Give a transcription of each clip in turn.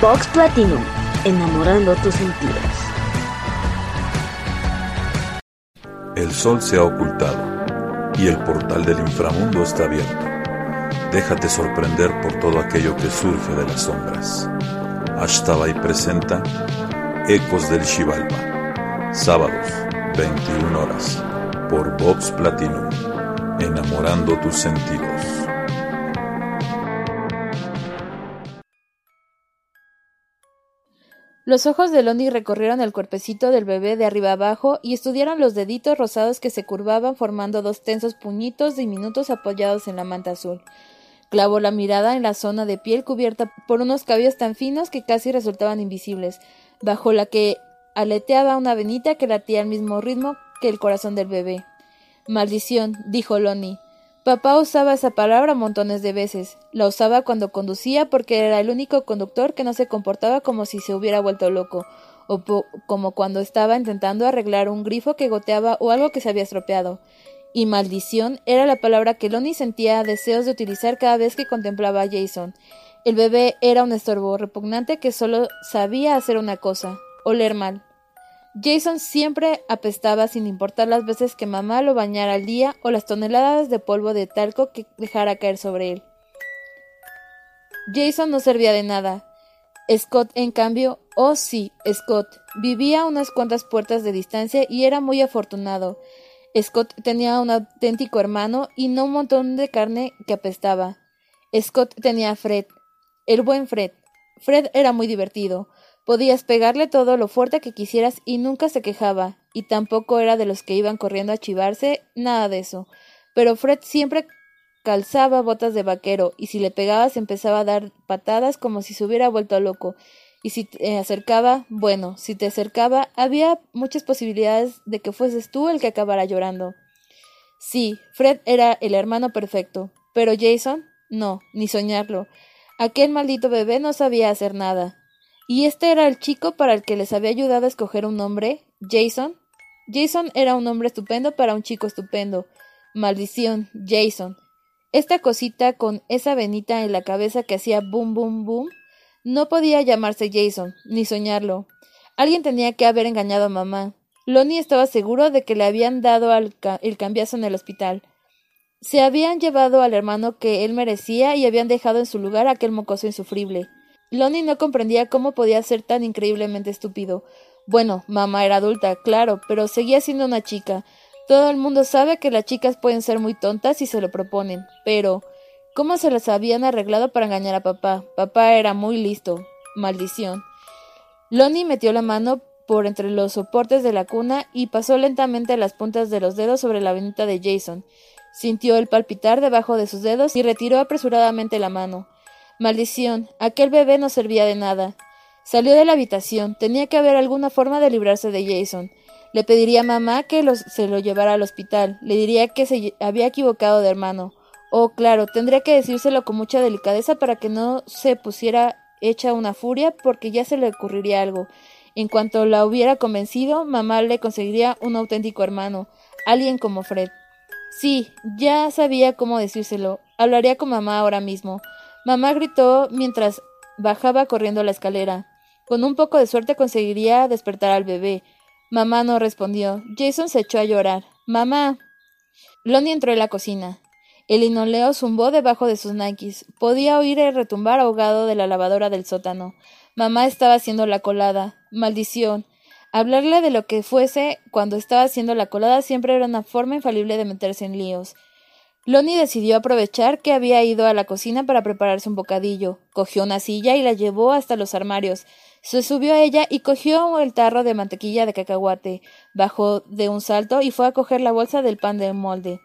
Vox Platinum, enamorando tus sentidos. El sol se ha ocultado y el portal del inframundo está abierto. Déjate sorprender por todo aquello que surge de las sombras. Ashtabai presenta Ecos del Xibalba, sábados, 21 horas, por Vox Platinum, enamorando tus sentidos. Los ojos de Lonnie recorrieron el cuerpecito del bebé de arriba abajo y estudiaron los deditos rosados que se curvaban formando dos tensos puñitos diminutos apoyados en la manta azul. Clavó la mirada en la zona de piel cubierta por unos cabellos tan finos que casi resultaban invisibles, bajo la que aleteaba una venita que latía al mismo ritmo que el corazón del bebé. «Maldición», dijo Lonnie. Papá usaba esa palabra montones de veces. La usaba cuando conducía porque era el único conductor que no se comportaba como si se hubiera vuelto loco, o como cuando estaba intentando arreglar un grifo que goteaba o algo que se había estropeado. Y maldición era la palabra que Lonnie sentía deseos de utilizar cada vez que contemplaba a Jason. El bebé era un estorbo repugnante que solo sabía hacer una cosa: oler mal. Jason siempre apestaba sin importar las veces que mamá lo bañara al día o las toneladas de polvo de talco que dejara caer sobre él. Jason no servía de nada. Scott, en cambio, oh sí, Scott, vivía a unas cuantas puertas de distancia y era muy afortunado. Scott tenía un auténtico hermano y no un montón de carne que apestaba. Scott tenía a Fred, el buen Fred. Fred era muy divertido. Podías pegarle todo lo fuerte que quisieras y nunca se quejaba, y tampoco era de los que iban corriendo a chivarse, nada de eso. Pero Fred siempre calzaba botas de vaquero, y si le pegabas empezaba a dar patadas como si se hubiera vuelto loco, y si te acercaba, había muchas posibilidades de que fueses tú el que acabara llorando. Sí, Fred era el hermano perfecto, pero Jason, no, ni soñarlo. Aquel maldito bebé no sabía hacer nada. ¿Y este era el chico para el que les había ayudado a escoger un nombre? ¿Jason? Jason era un nombre estupendo para un chico estupendo. Maldición, Jason. Esta cosita con esa venita en la cabeza que hacía boom, boom, boom, no podía llamarse Jason, ni soñarlo. Alguien tenía que haber engañado a mamá. Lonnie estaba seguro de que le habían dado el cambiazo en el hospital. Se habían llevado al hermano que él merecía y habían dejado en su lugar a aquel mocoso insufrible. Lonnie no comprendía cómo podía ser tan increíblemente estúpido. Bueno, mamá era adulta, claro, pero seguía siendo una chica. Todo el mundo sabe que las chicas pueden ser muy tontas si se lo proponen, pero ¿cómo se las habían arreglado para engañar a papá? Papá era muy listo. Maldición. Lonnie metió la mano por entre los soportes de la cuna y pasó lentamente las puntas de los dedos sobre la venita de Jason. Sintió el palpitar debajo de sus dedos y retiró apresuradamente la mano. Maldición, aquel bebé no servía de nada. Salió de la habitación. Tenía que haber alguna forma de librarse de Jason. Le pediría a mamá que se lo llevara al hospital. Le diría que se había equivocado de hermano. Oh, claro, tendría que decírselo con mucha delicadeza para que no se pusiera hecha una furia porque ya se le ocurriría algo. En cuanto la hubiera convencido, mamá le conseguiría un auténtico hermano, alguien como Fred. Sí, ya sabía cómo decírselo. Hablaría con mamá ahora mismo. Mamá gritó mientras bajaba corriendo la escalera. Con un poco de suerte conseguiría despertar al bebé. Mamá no respondió. Jason se echó a llorar. ¡Mamá! Lonnie entró en la cocina. El linoleo zumbó debajo de sus Nikes. Podía oír el retumbar ahogado de la lavadora del sótano. Mamá estaba haciendo la colada. ¡Maldición! Hablarle de lo que fuese cuando estaba haciendo la colada siempre era una forma infalible de meterse en líos. Lonnie decidió aprovechar que había ido a la cocina para prepararse un bocadillo. Cogió una silla y la llevó hasta los armarios. Se subió a ella y cogió el tarro de mantequilla de cacahuate. Bajó de un salto y fue a coger la bolsa del pan del molde.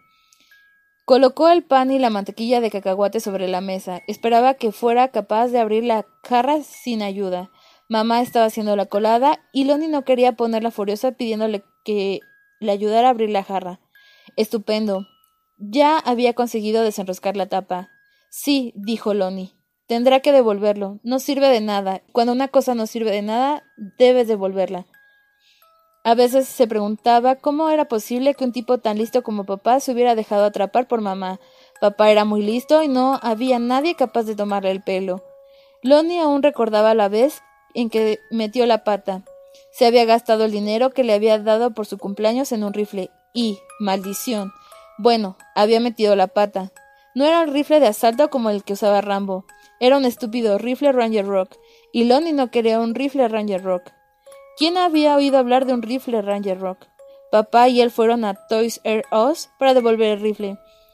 Colocó el pan y la mantequilla de cacahuate sobre la mesa. Esperaba que fuera capaz de abrir la jarra sin ayuda. Mamá estaba haciendo la colada y Lonnie no quería ponerla furiosa pidiéndole que le ayudara a abrir la jarra. Estupendo. Ya había conseguido desenroscar la tapa. Sí, dijo Lonnie. Tendrá que devolverlo. No sirve de nada. Cuando una cosa no sirve de nada, debes devolverla. A veces se preguntaba cómo era posible que un tipo tan listo como papá se hubiera dejado atrapar por mamá. Papá era muy listo y no había nadie capaz de tomarle el pelo. Lonnie aún recordaba la vez en que metió la pata. Se había gastado el dinero que le había dado por su cumpleaños en un rifle y, maldición, bueno, había metido la pata. No era un rifle de asalto como el que usaba Rambo. Era un estúpido rifle Ranger Rock, y Lonnie no quería un rifle Ranger Rock. ¿Quién había oído hablar de un rifle Ranger Rock? Papá y él fueron a Toys R Us para devolver el rifle.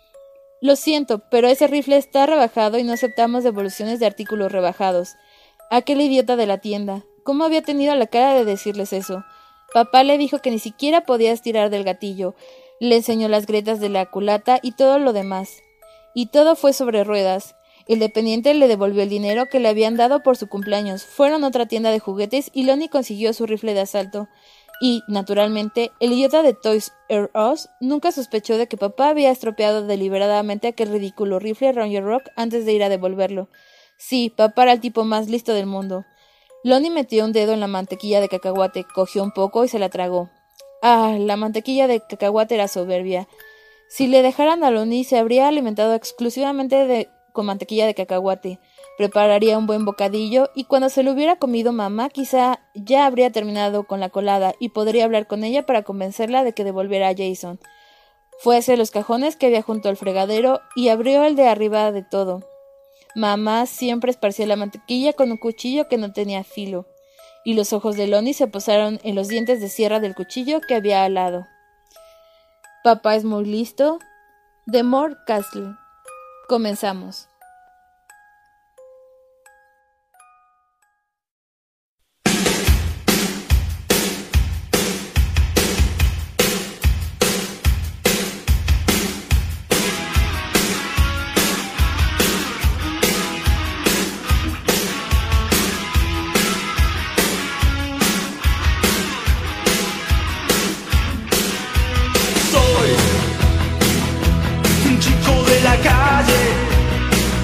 Lo siento, pero ese rifle está rebajado y no aceptamos devoluciones de artículos rebajados. Aquel idiota de la tienda. ¿Cómo había tenido la cara de decirles eso? Papá le dijo que ni siquiera podía estirar del gatillo. Le enseñó las grietas de la culata y todo lo demás. Y todo fue sobre ruedas. El dependiente le devolvió el dinero que le habían dado por su cumpleaños. Fueron a otra tienda de juguetes y Lonnie consiguió su rifle de asalto. Y, naturalmente, el idiota de Toys R Us nunca sospechó de que papá había estropeado deliberadamente aquel ridículo rifle Ranger Rock antes de ir a devolverlo. Sí, papá era el tipo más listo del mundo. Lonnie metió un dedo en la mantequilla de cacahuate, cogió un poco y se la tragó. Ah, la mantequilla de cacahuate era soberbia. Si le dejaran a Lonnie, se habría alimentado exclusivamente con mantequilla de cacahuate. Prepararía un buen bocadillo y cuando se lo hubiera comido mamá, quizá ya habría terminado con la colada y podría hablar con ella para convencerla de que devolviera a Jason. Fue hacia los cajones que había junto al fregadero y abrió el de arriba de todo. Mamá siempre esparcía la mantequilla con un cuchillo que no tenía filo, y los ojos de Lonnie se posaron en los dientes de sierra del cuchillo que había al lado. Papá es muy listo. De Mort Castle. Comenzamos. Un chico de la calle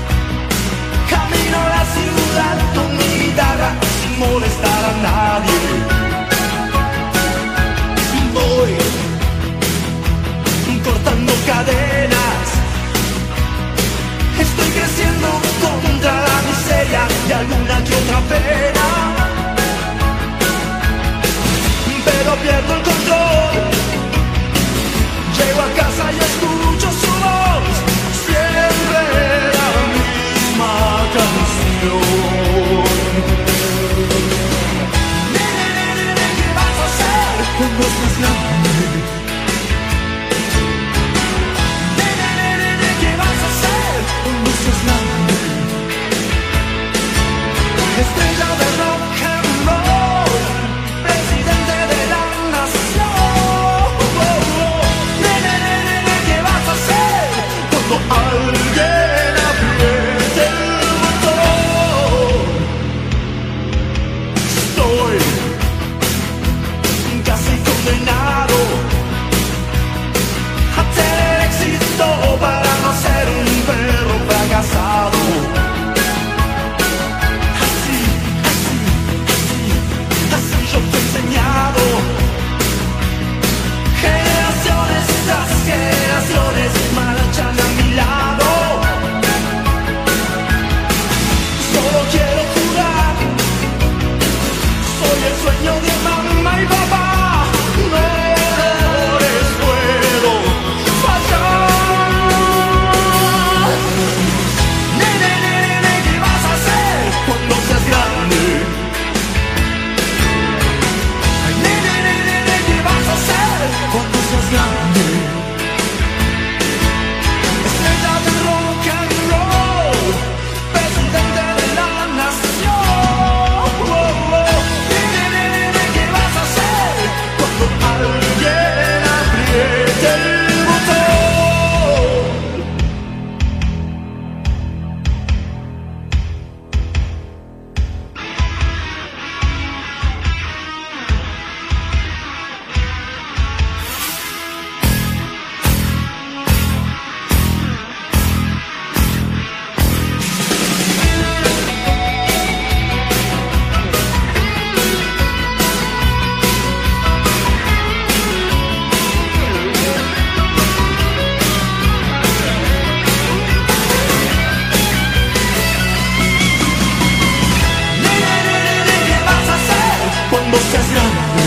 cuando seas grande.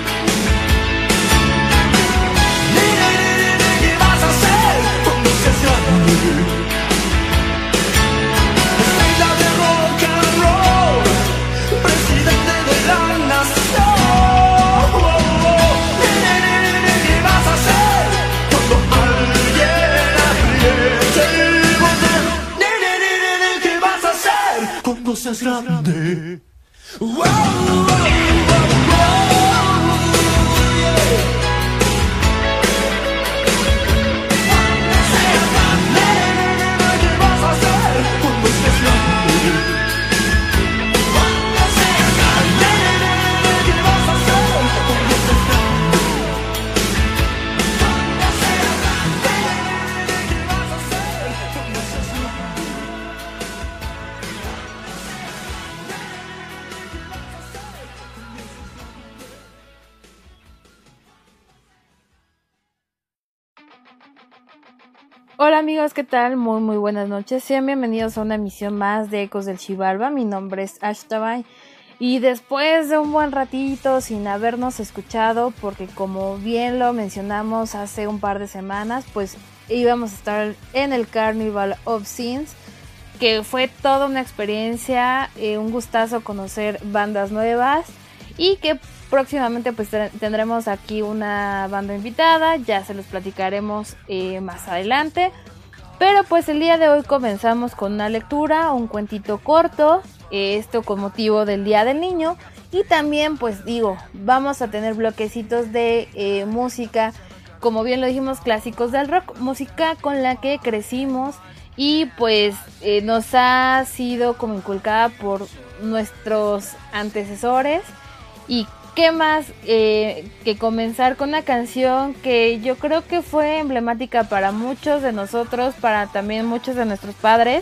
¿Qué vas a hacer cuando seas grande? Estrella de rock and roll, presidente de la nación. ¿Qué vas a hacer cuando alguien apriete el botón? ¿Qué vas a hacer cuando seas grande? Hola amigos, ¿qué tal? Muy buenas noches. Sean bienvenidos a una emisión más de Ecos del Xibalba. Mi nombre es Ashtabay y después de un buen ratito sin habernos escuchado, porque como bien lo mencionamos hace un par de semanas, pues íbamos a estar en el Carnival of Sins, que fue toda una experiencia, un gustazo conocer bandas nuevas y que próximamente pues tendremos aquí una banda invitada, ya se los platicaremos más adelante. Pero pues el día de hoy comenzamos con una lectura, un cuentito corto, esto con motivo del Día del Niño. Y también pues vamos a tener bloquecitos de música, como bien lo dijimos, clásicos del rock, música con la que crecimos y pues nos ha sido como inculcada por nuestros antecesores. Y qué más que comenzar con una canción que yo creo que fue emblemática para muchos de nosotros, para también muchos de nuestros padres,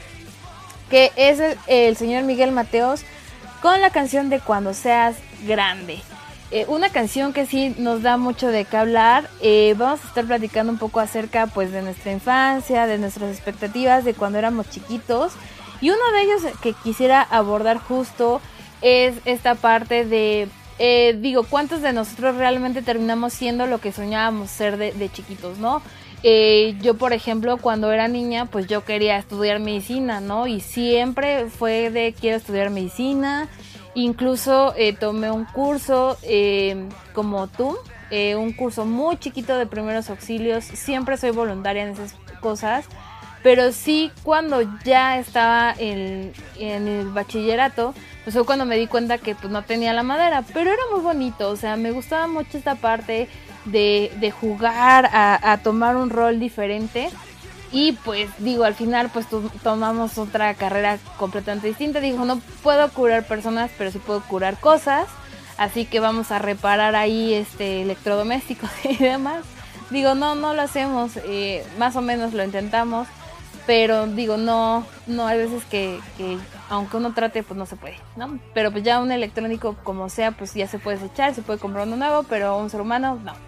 que es el señor Miguel Mateos con la canción de Cuando Seas Grande. Una canción que sí nos da mucho de qué hablar. Vamos a estar platicando un poco acerca pues de nuestra infancia, de nuestras expectativas de cuando éramos chiquitos, y uno de ellos que quisiera abordar justo es esta parte de ¿cuántos de nosotros realmente terminamos siendo lo que soñábamos ser de chiquitos, ¿no? Yo, por ejemplo, cuando era niña, pues yo quería estudiar medicina, ¿no? Y siempre fue de quiero estudiar medicina. Incluso tomé un curso como tú, un curso muy chiquito de primeros auxilios. Siempre soy voluntaria en esas cosas. Pero sí, cuando ya estaba en el bachillerato, pues fue cuando me di cuenta que pues no tenía la madera, pero era muy bonito, o sea, me gustaba mucho esta parte de jugar a tomar un rol diferente. Y pues al final pues tomamos otra carrera completamente distinta. No puedo curar personas, pero sí puedo curar cosas, así que vamos a reparar ahí electrodomésticos y demás. No lo hacemos, más o menos lo intentamos, pero no hay veces que aunque uno trate pues no se puede, ¿no? Pero pues ya un electrónico como sea pues ya se puede desechar, se puede comprar uno nuevo, pero un ser humano no.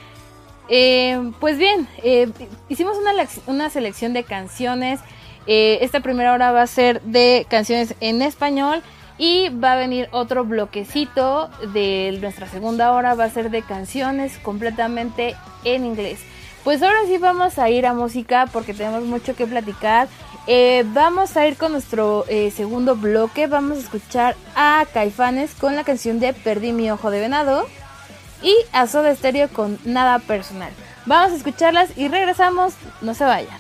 Pues bien, hicimos una selección de canciones. Esta primera hora va a ser de canciones en español y va a venir otro bloquecito de nuestra segunda hora, va a ser de canciones completamente en inglés. Pues ahora sí vamos a ir a música porque tenemos mucho que platicar. Vamos a ir con nuestro segundo bloque. Vamos a escuchar a Caifanes con la canción de Perdí mi ojo de venado y a Soda Stereo con Nada Personal. Vamos a escucharlas y regresamos. No se vayan.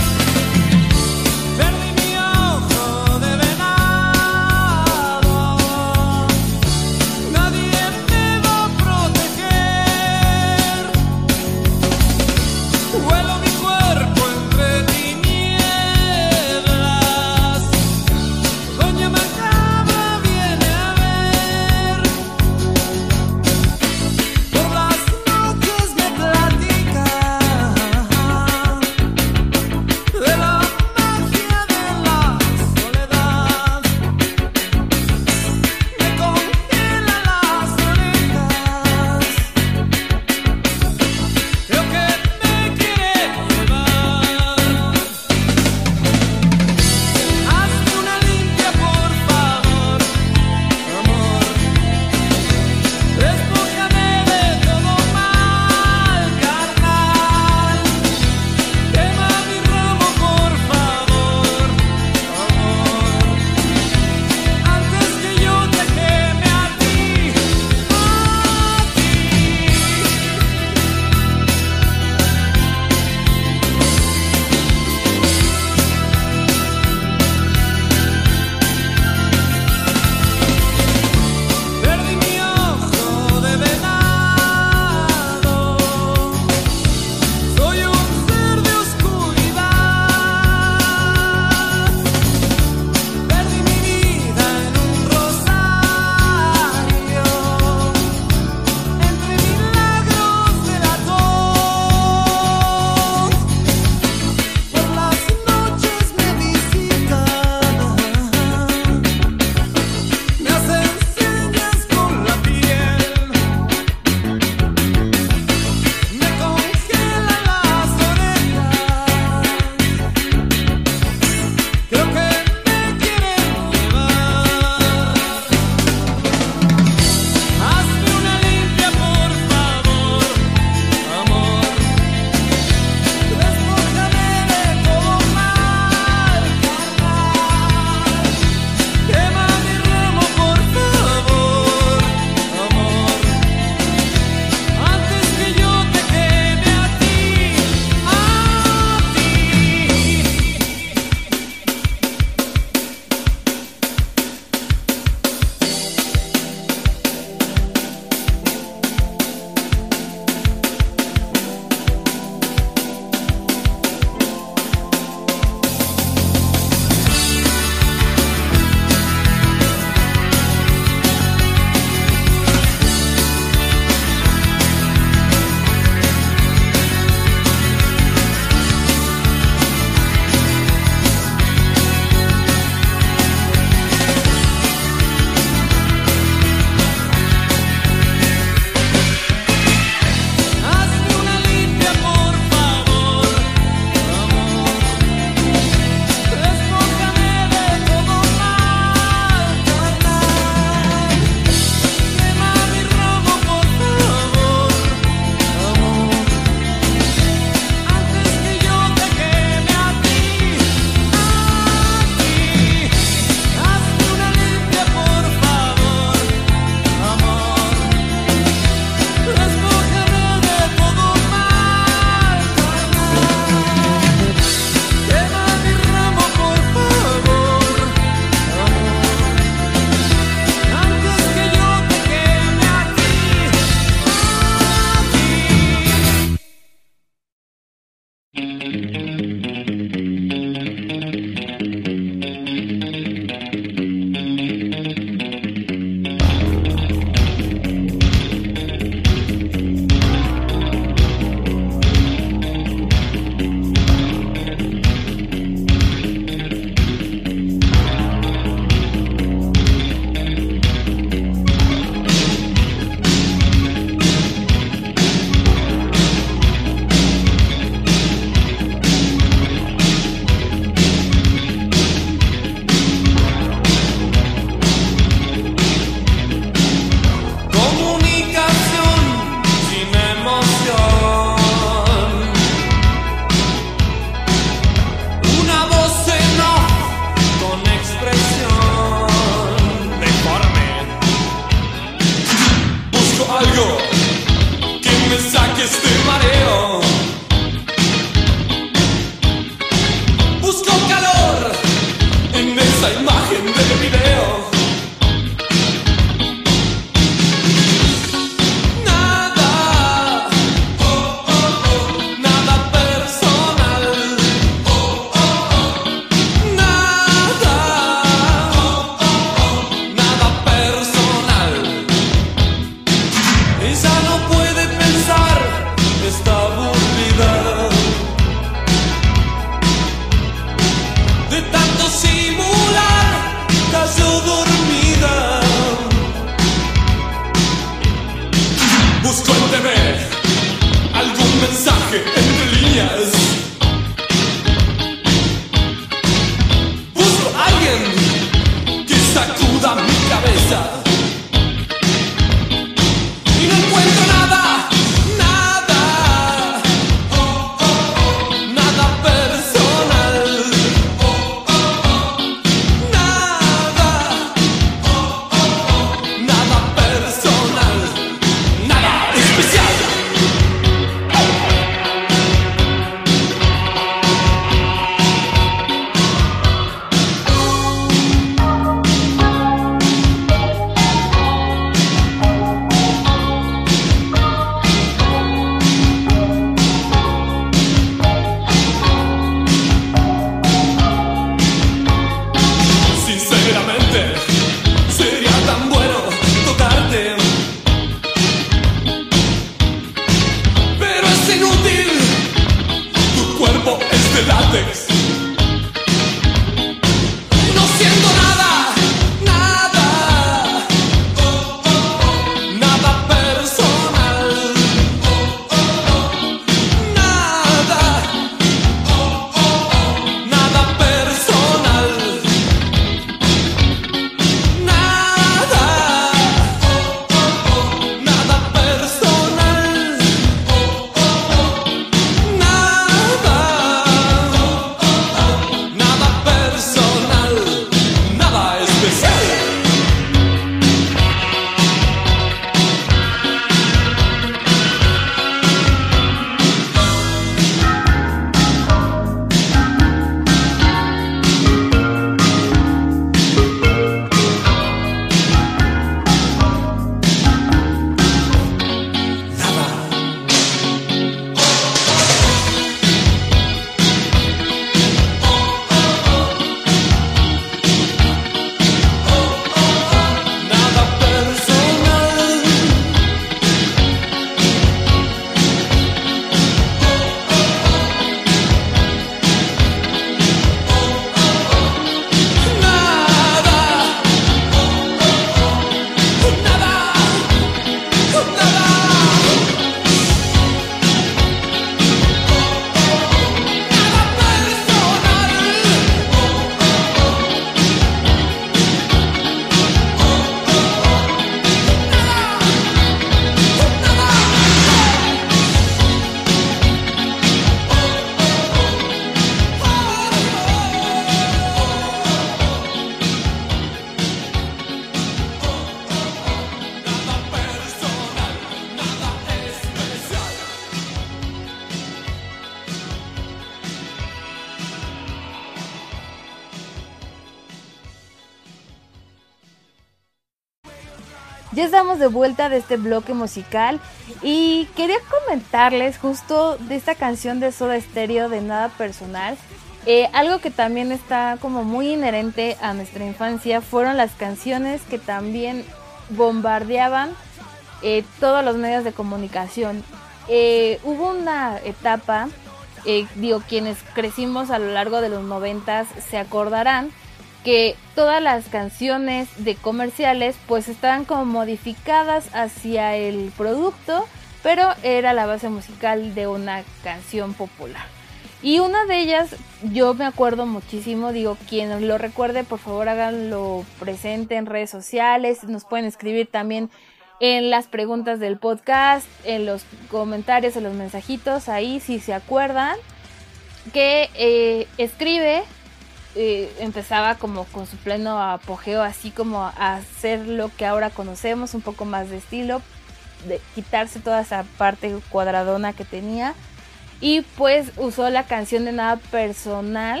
Ya estamos de vuelta de este bloque musical y quería comentarles justo de esta canción de Soda Stereo de Nada Personal. Algo que también está como muy inherente a nuestra infancia fueron las canciones que también bombardeaban todos los medios de comunicación. Hubo una etapa, quienes crecimos a lo largo de los 90s se acordarán que todas las canciones de comerciales pues estaban como modificadas hacia el producto, pero era la base musical de una canción popular. Y una de ellas, yo me acuerdo muchísimo, quien lo recuerde, por favor háganlo presente en redes sociales, nos pueden escribir también en las preguntas del podcast, en los comentarios, en los mensajitos, ahí si se acuerdan, que escribe, empezaba como con su pleno apogeo, así como a hacer lo que ahora conocemos, un poco más de estilo, de quitarse toda esa parte cuadradona que tenía, y pues usó la canción de Nada Personal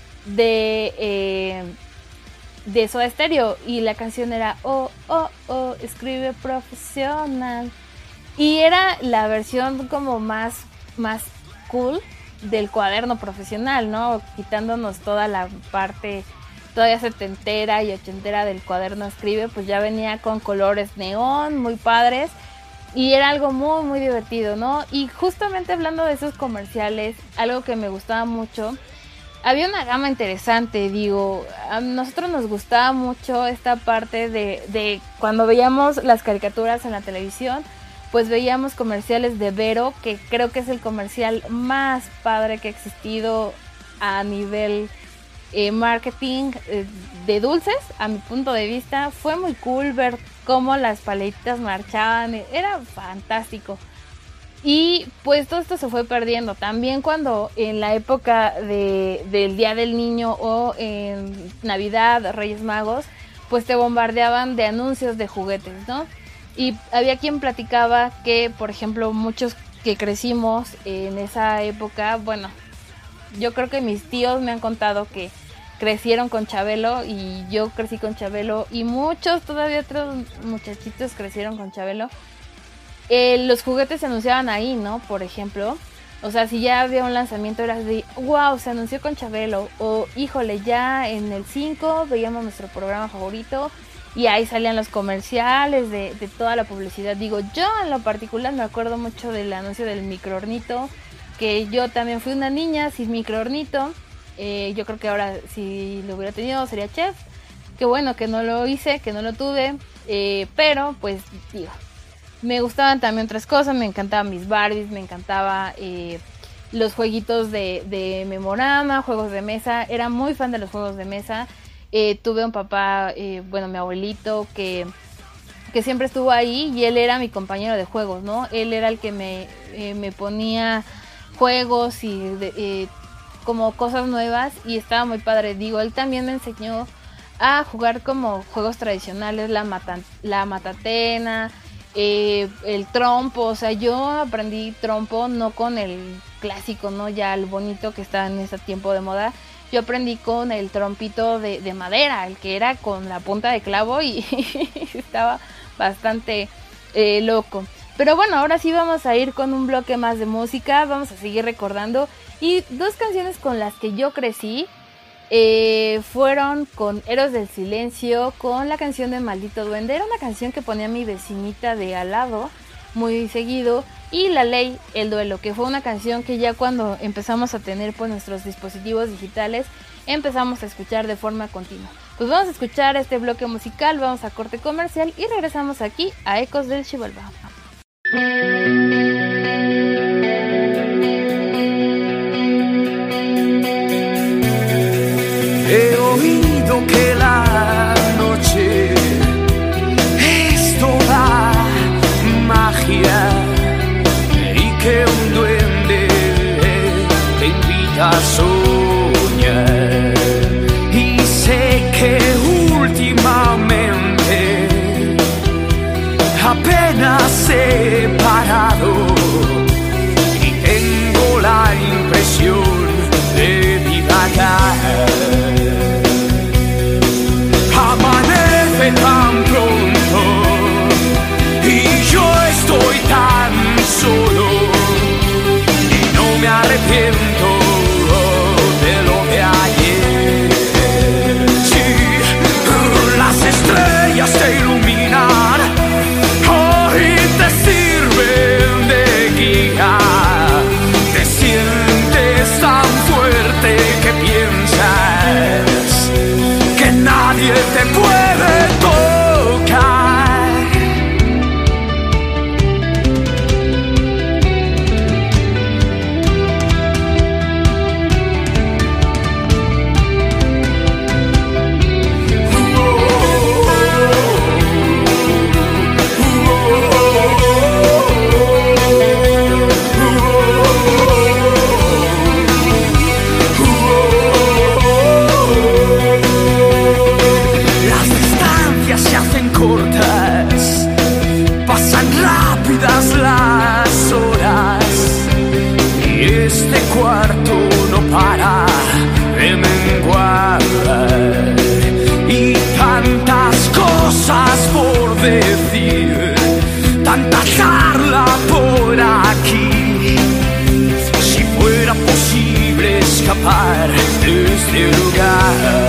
de Soda Stereo, y la canción era escribe profesional, y era la versión como más cool del cuaderno profesional, ¿no? Quitándonos toda la parte todavía setentera y ochentera del cuaderno escribe, pues ya venía con colores neón muy padres y era algo muy muy divertido, ¿no? Y justamente hablando de esos comerciales, algo que me gustaba mucho, había una gama interesante, a nosotros nos gustaba mucho esta parte de cuando veíamos las caricaturas en la televisión, pues veíamos comerciales de Vero, que creo que es el comercial más padre que ha existido a nivel marketing de dulces, a mi punto de vista. Fue muy cool ver cómo las paletitas marchaban, era fantástico. Y pues todo esto se fue perdiendo. También cuando en la época del Día del Niño o en Navidad, Reyes Magos, pues te bombardeaban de anuncios de juguetes, ¿no? Y había quien platicaba que, por ejemplo, muchos que crecimos en esa época, bueno, yo creo que mis tíos me han contado que crecieron con Chabelo y yo crecí con Chabelo y muchos todavía otros muchachitos crecieron con Chabelo. Los juguetes se anunciaban ahí, ¿no? Por ejemplo, o sea, si ya había un lanzamiento era de, wow, se anunció con Chabelo, o híjole, ya en el 5 veíamos nuestro programa favorito y ahí salían los comerciales de toda la publicidad. Yo en lo particular me acuerdo mucho del anuncio del microhornito, que yo también fui una niña sin microhornito. Yo creo que ahora si lo hubiera tenido sería chef. Qué bueno que no lo hice, que no lo tuve, pero pues me gustaban también otras cosas. Me encantaban mis Barbies, me encantaba los jueguitos de Memorama, juegos de mesa. Era muy fan de los juegos de mesa. Tuve un papá, mi abuelito, que siempre estuvo ahí y él era mi compañero de juegos, ¿no? Él era el que me ponía juegos y como cosas nuevas y estaba muy padre. Él también me enseñó a jugar como juegos tradicionales, la matatena, el trompo. O sea, yo aprendí trompo no con el clásico, ¿no? Ya el bonito que está en ese tiempo de moda. Yo aprendí con el trompito de madera, el que era con la punta de clavo y estaba bastante loco. Pero bueno, ahora sí vamos a ir con un bloque más de música, vamos a seguir recordando. Y dos canciones con las que yo crecí fueron con Héroes del Silencio, con la canción de Maldito Duende. Era una canción que ponía mi vecinita de al lado muy seguido. Y La Ley, el Duelo, que fue una canción que ya cuando empezamos a tener pues nuestros dispositivos digitales, empezamos a escuchar de forma continua. Pues vamos a escuchar este bloque musical, vamos a corte comercial y regresamos aquí a Ecos del Chivalba. He oído que la noche es toda magia y que un duende te invita a soñar. Y sé que últimamente apenas he parado y tengo la impresión de divagar. Amanece tan pronto arrepiento de lo de ayer. Sí, las estrellas te iluminan, hoy te sirven de guía. Te sientes tan fuerte que piensas que nadie te puede tocar. Las distancias se hacen cortas, pasan rápidas las horas y este cuarto no para de menguar. Y tantas cosas por decir, tanta charla por aquí. Si fuera posible escapar de este lugar.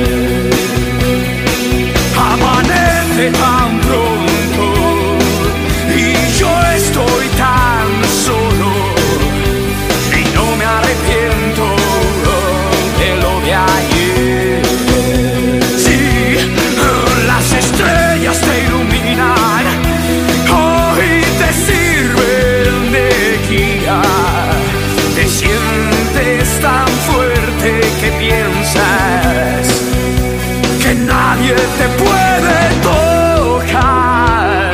Amanece tan pronto y yo estoy tan solo y no me arrepiento de lo de ayer. Sí, las estrellas te iluminan, hoy te sirven de guía. Te sientes tan fuerte que piensas que nadie te puede tocar.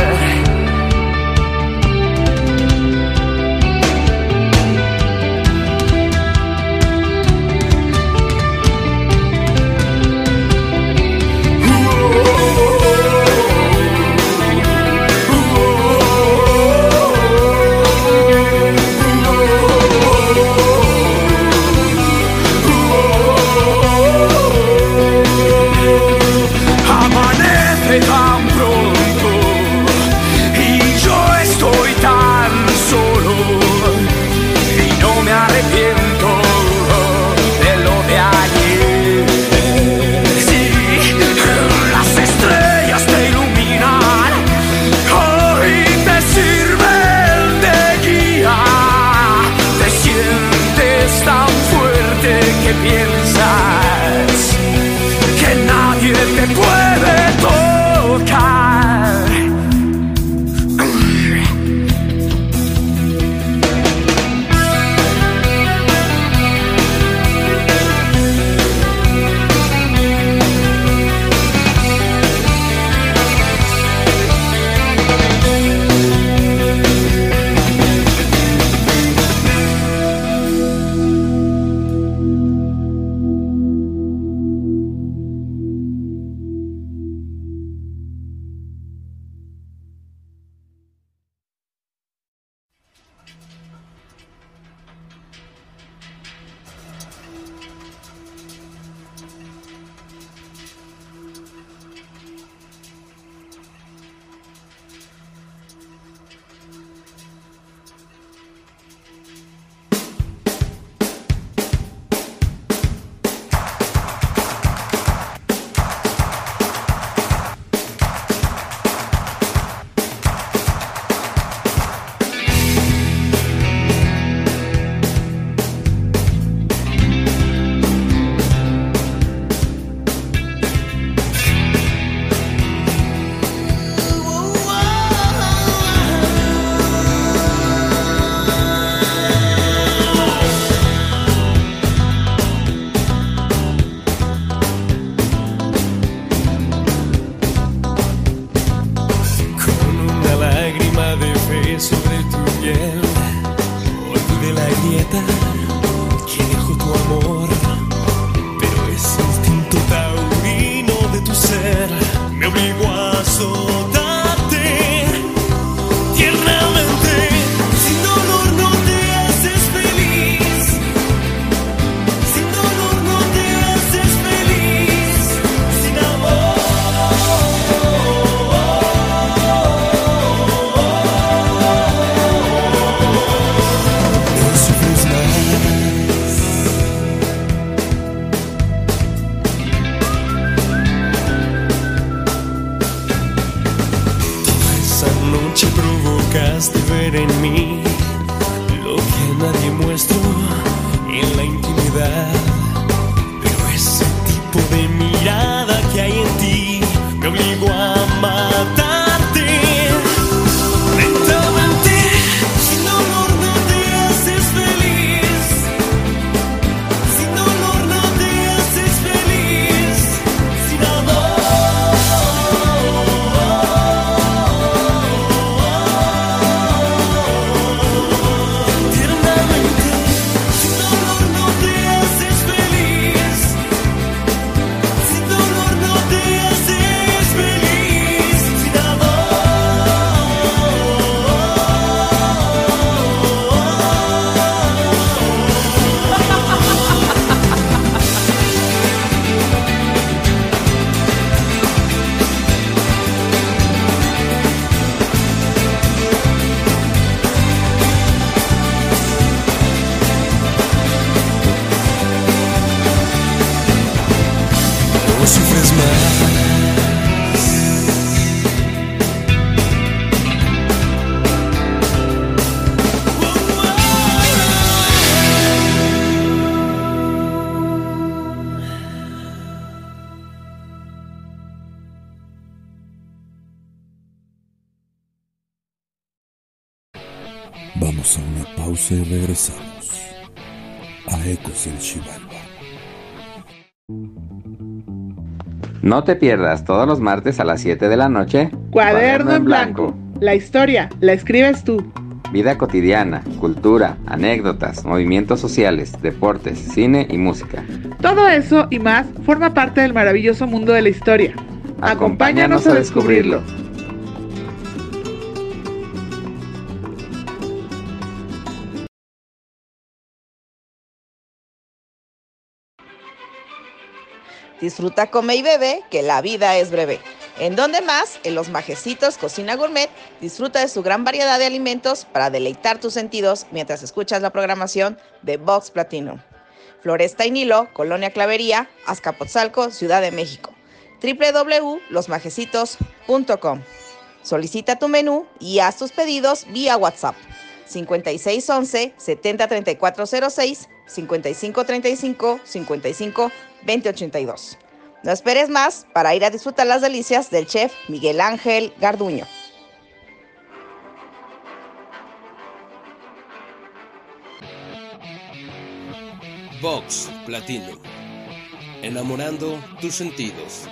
Amanece tan pronto y yo estoy tan solo y no me arrepiento de lo de ayer. Sí, las estrellas te iluminan, hoy te sirven de guía. Te sientes tan fuerte que piensas que nadie te puede tocar. ver en mí lo que a nadie muestro en la intimidad. Pero ese tipo de mirada que hay en ti me obligó a matarte. Lentamente, sin dolor no te haces feliz. Sin dolor no te haces feliz. Sin amor. Tiernamente, sin dolor no te haces feliz. Sin dolor no te haces feliz. Sin amor. No sufres más. Vamos a una pausa y regresamos a Ecos del Xibalba. No te pierdas todos los martes a las 7 de la noche. Cuaderno en blanco. La historia la escribes tú. Vida cotidiana, cultura, anécdotas, movimientos sociales, deportes, cine y música. Todo eso y más forma parte del maravilloso mundo de la historia. Acompáñanos a descubrirlo. Disfruta, come y bebe, que la vida es breve. ¿En dónde más? En Los Majecitos Cocina Gourmet. Disfruta de su gran variedad de alimentos para deleitar tus sentidos mientras escuchas la programación de Vox Platinum. Floresta y Nilo, Colonia Clavería, Azcapotzalco, Ciudad de México. www.losmajecitos.com. Solicita tu menú y haz tus pedidos vía WhatsApp. 5611-703406, 5535-55-2082. No esperes más para ir a disfrutar las delicias del chef Miguel Ángel Garduño. Vox Platinum. Enamorando tus sentidos.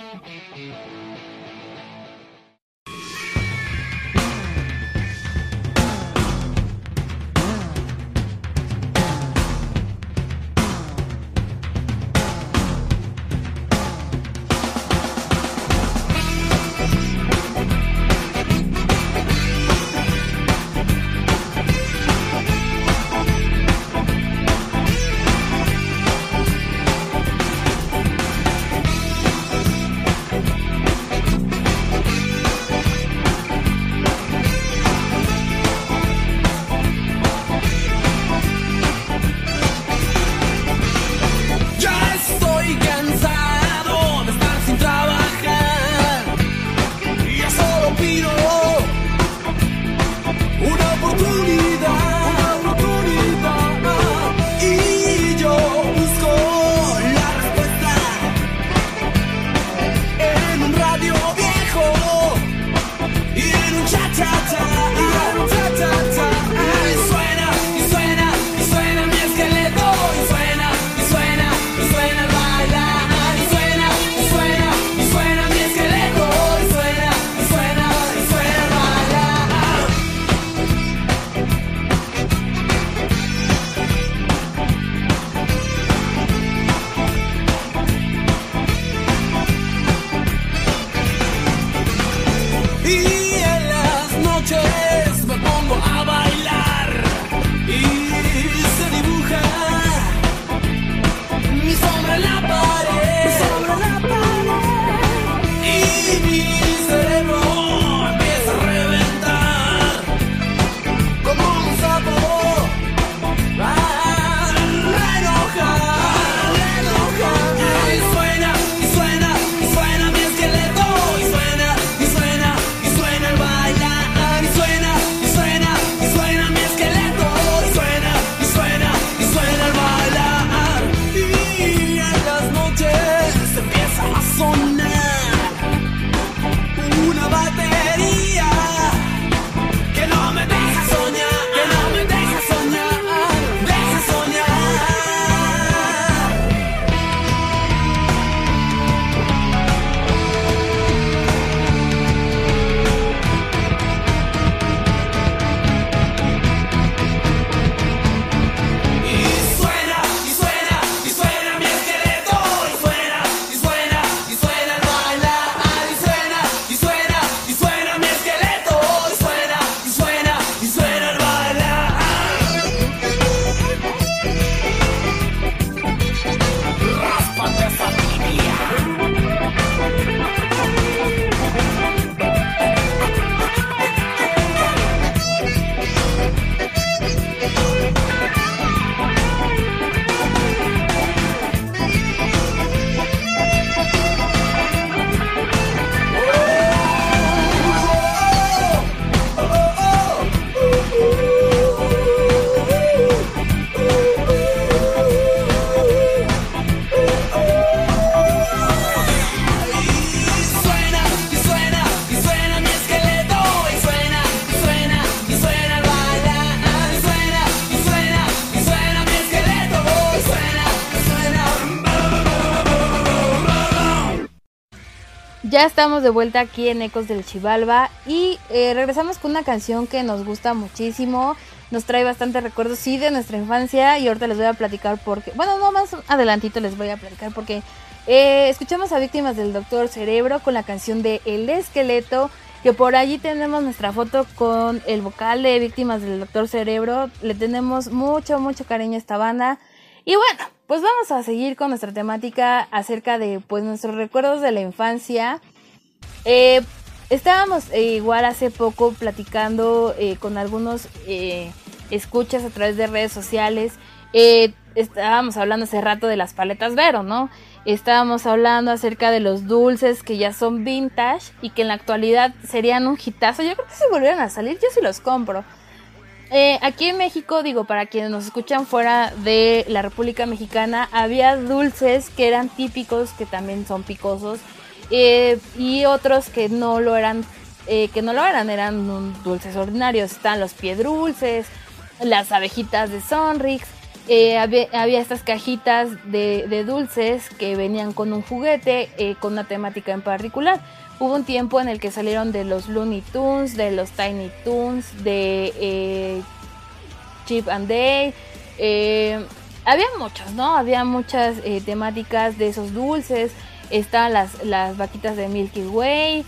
Ya estamos de vuelta aquí en Ecos del Xibalba y regresamos con una canción que nos gusta muchísimo, nos trae bastantes recuerdos, sí, de nuestra infancia, y ahorita les voy a platicar porque, bueno, no, más adelantito les voy a platicar porque escuchamos a Víctimas del Doctor Cerebro con la canción de El Esqueleto, que por allí tenemos nuestra foto con el vocal de Víctimas del Doctor Cerebro. Le tenemos mucho, mucho cariño a esta banda. Y bueno, pues vamos a seguir con nuestra temática acerca de pues nuestros recuerdos de la infancia. Estábamos igual hace poco platicando con algunos escuchas a través de redes sociales. Estábamos hablando hace rato de las paletas Vero, ¿no? Estábamos hablando acerca de los dulces que ya son vintage y que en la actualidad serían un hitazo. Yo creo que si volvieran a salir, yo sí los compro. Aquí en México, digo, para quienes nos escuchan fuera de la República Mexicana, había dulces que eran típicos, que también son picosos, y otros que no lo eran, eran dulces ordinarios. Están los piedrulces, las abejitas de Sonrix. Había estas cajitas de dulces que venían con un juguete, con una temática en particular. Hubo un tiempo en el que salieron de los Looney Tunes, de los Tiny Toons, de Chip and Dale. Había muchos, ¿no? Había muchas temáticas de esos dulces. Estaban las vaquitas de Milky Way.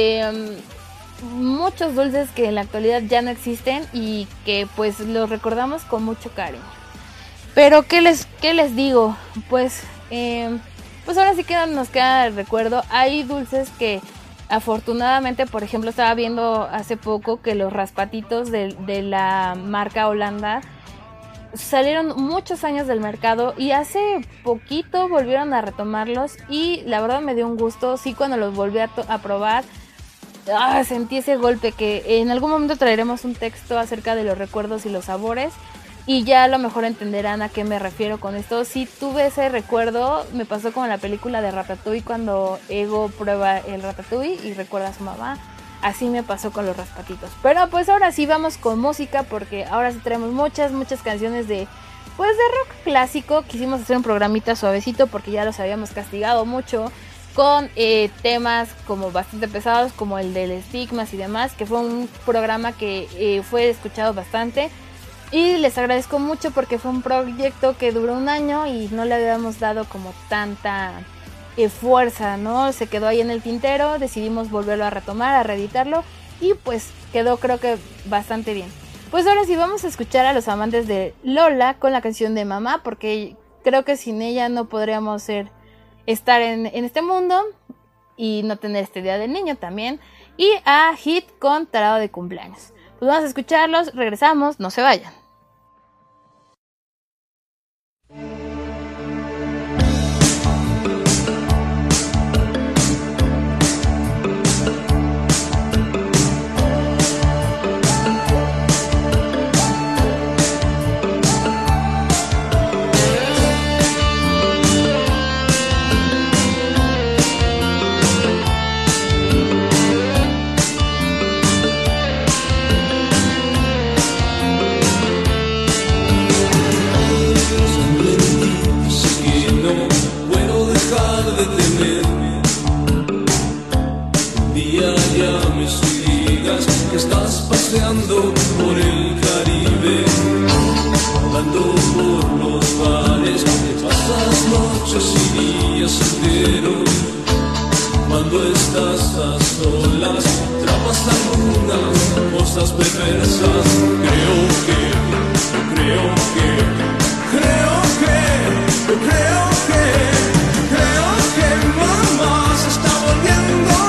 Muchos dulces que en la actualidad ya no existen y que pues los recordamos con mucho cariño. Pero ¿qué les digo? Pues ahora sí que nos queda el recuerdo. Hay dulces que afortunadamente, por ejemplo, estaba viendo hace poco que los raspatitos de la marca Holanda salieron muchos años del mercado y hace poquito volvieron a retomarlos y la verdad me dio un gusto. Sí, cuando los volví a probar, sentí ese golpe, que en algún momento traeremos un texto acerca de los recuerdos y los sabores. Y ya a lo mejor entenderán a qué me refiero con esto. Sí, tuve ese recuerdo, me pasó como en la película de Ratatouille, cuando Ego prueba el Ratatouille y recuerda a su mamá. Así me pasó con los raspatitos. Pero pues ahora sí vamos con música, porque ahora sí tenemos muchas canciones de rock clásico. Quisimos hacer un programita suavecito porque ya los habíamos castigado mucho con temas como bastante pesados, como el del estigmas y demás, que fue un programa que fue escuchado bastante. Y les agradezco mucho porque fue un proyecto que duró un año y no le habíamos dado como tanta fuerza, ¿no? Se quedó ahí en el tintero, decidimos volverlo a retomar, a reeditarlo y pues quedó, creo que bastante bien. Pues ahora sí vamos a escuchar a los amantes de Lola con la canción de Mamá, porque creo que sin ella no podríamos estar en este mundo y no tener este Día del Niño también. Y a Hit con Tarado de Cumpleaños. Pues vamos a escucharlos, regresamos, no se vayan. Por el Caribe, andando por los bares, pasas noches y días enteros. Cuando estás a solas, trapas algunas cosas perversas. Creo que mamá se está volviendo.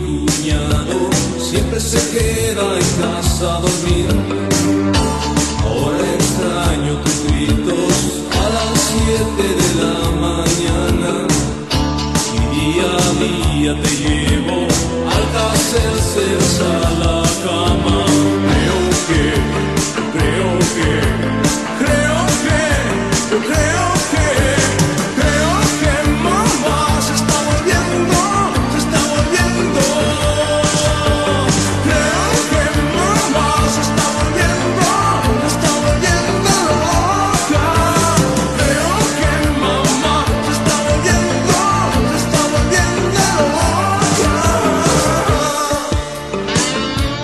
Se queda en casa a dormir. veces a la cama. Creo que mamá se está volviendo Creo que mamá se está volviendo loca. Creo que mamá se está volviendo loca.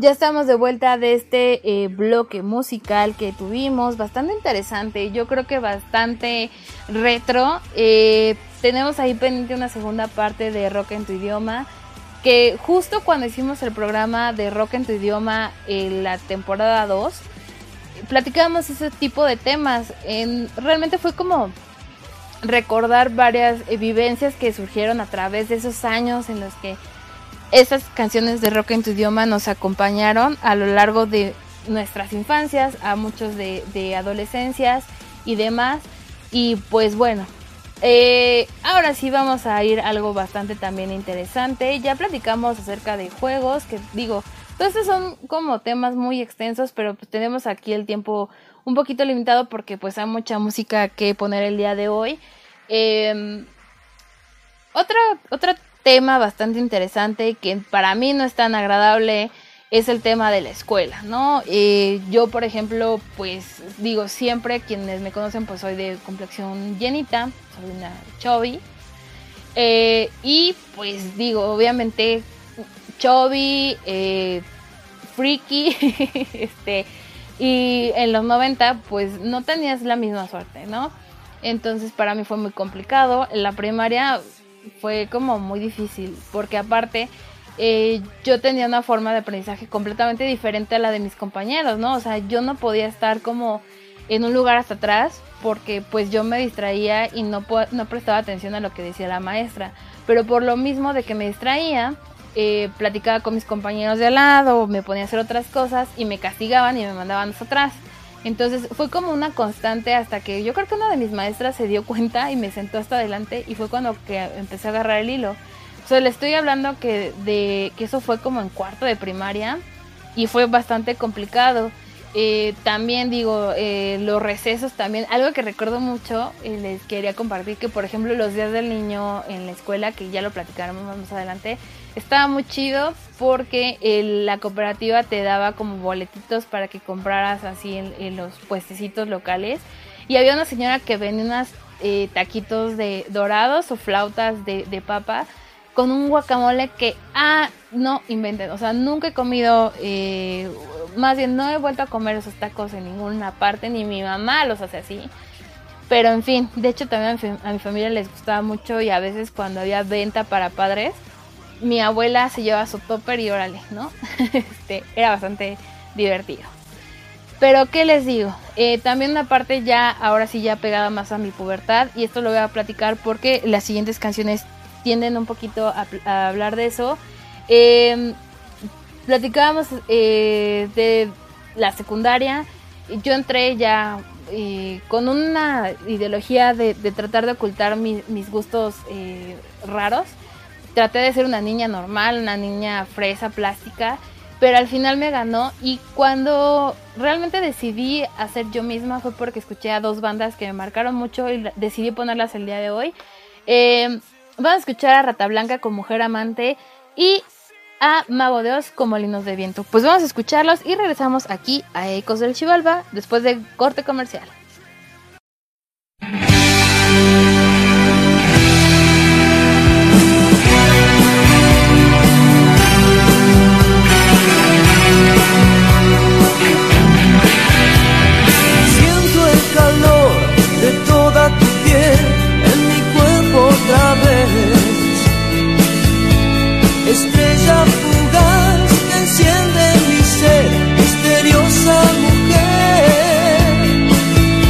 Ya estamos de vuelta de este bloque musical que tuvimos, bastante interesante, yo creo que bastante retro. Tenemos ahí pendiente una segunda parte de Rock en tu idioma, que justo cuando hicimos el programa de Rock en tu idioma en la temporada 2, platicábamos ese tipo de temas. Realmente fue como recordar varias vivencias que surgieron a través de esos años en los que esas canciones de Rock en tu idioma nos acompañaron a lo largo de nuestras infancias, a muchos de adolescencias y demás. Y pues bueno, ahora sí vamos a ir a algo bastante también interesante. Ya platicamos acerca de juegos, que digo, todos estos son como temas muy extensos, pero pues tenemos aquí el tiempo un poquito limitado porque pues hay mucha música que poner el día de hoy. Otra tema bastante interesante que para mí no es tan agradable es el tema de la escuela, ¿no? Yo, por ejemplo, pues digo, siempre quienes me conocen, pues soy de complexión llenita, soy una chubby, y pues digo, obviamente chubby, freaky, y en los 90 pues no tenías la misma suerte, ¿no? Entonces para mí fue muy complicado. En la primaria fue como muy difícil, porque aparte yo tenía una forma de aprendizaje completamente diferente a la de mis compañeros, ¿no? O sea, yo no podía estar como en un lugar hasta atrás, porque pues yo me distraía y no prestaba atención a lo que decía la maestra, pero por lo mismo de que me distraía, platicaba con mis compañeros de al lado, me ponía a hacer otras cosas y me castigaban y me mandaban hasta atrás. Entonces fue como una constante hasta que yo creo que una de mis maestras se dio cuenta y me sentó hasta adelante, y fue cuando que empecé a agarrar el hilo. O sea, le estoy hablando que eso fue como en cuarto de primaria y fue bastante complicado. También digo, los recesos también, algo que recuerdo mucho, les quería compartir, que por ejemplo los días del niño en la escuela, que ya lo platicaremos más adelante, estaba muy chido porque la cooperativa te daba como boletitos para que compraras así en los puestecitos locales, y había una señora que vendía unos taquitos de dorados o flautas de papa con un guacamole que, no inventen, o sea, nunca he comido, más bien no he vuelto a comer esos tacos en ninguna parte, ni mi mamá los hace así. Pero en fin, de hecho también a mi familia les gustaba mucho, y a veces cuando había venta para padres, mi abuela se llevaba su topper y órale, ¿no? Era bastante divertido. Pero ¿qué les digo? También una parte ya, ahora sí ya pegada más a mi pubertad, y esto lo voy a platicar porque las siguientes canciones tienden un poquito a hablar de eso. Platicábamos de la secundaria. Yo entré ya con una ideología de tratar de ocultar mis gustos raros. Traté de ser una niña normal, una niña fresa, plástica, pero al final me ganó, y cuando realmente decidí hacer yo misma fue porque escuché a dos bandas que me marcaron mucho y decidí ponerlas el día de hoy. Vamos a escuchar a Rata Blanca con Mujer Amante y a Mago de Oz con Molinos de Viento. Pues vamos a escucharlos y regresamos aquí a Ecos del Xibalba después de corte comercial. Siento el calor de toda tu piel en mi cuerpo otra vez. Estrella fugaz que enciende mi ser, misteriosa mujer.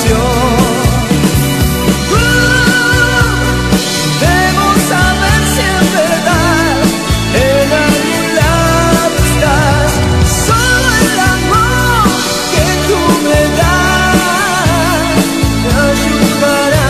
pasión. Debo saber si en verdad en algún lado estás. Solo el amor que tú me das me ayudará.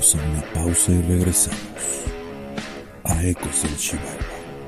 Vamos a una pausa y regresamos a Ecos del Chihuahua.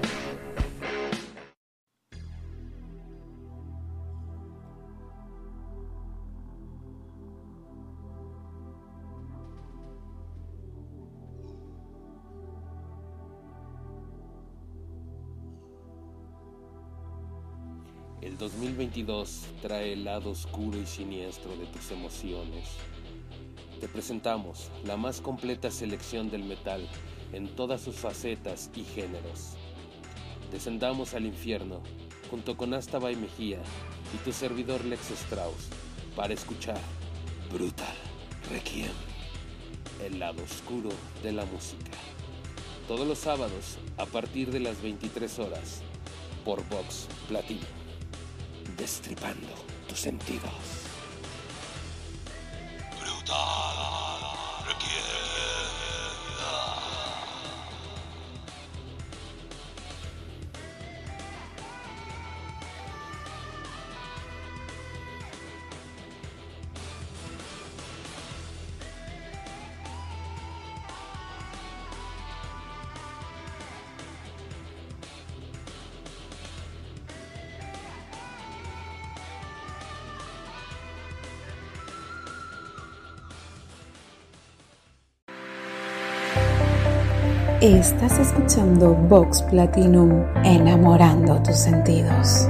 El 2022 trae el lado oscuro y siniestro de tus emociones. Te presentamos la más completa selección del metal en todas sus facetas y géneros. Descendamos al infierno junto con Asta Bay Mejía y tu servidor Lex Strauss para escuchar Brutal Requiem, el lado oscuro de la música. Todos los sábados a partir de las 23 horas por Vox Platino. Destripando tus sentidos. Brutal Requiem. Estás escuchando Vox Platinum, enamorando tus sentidos.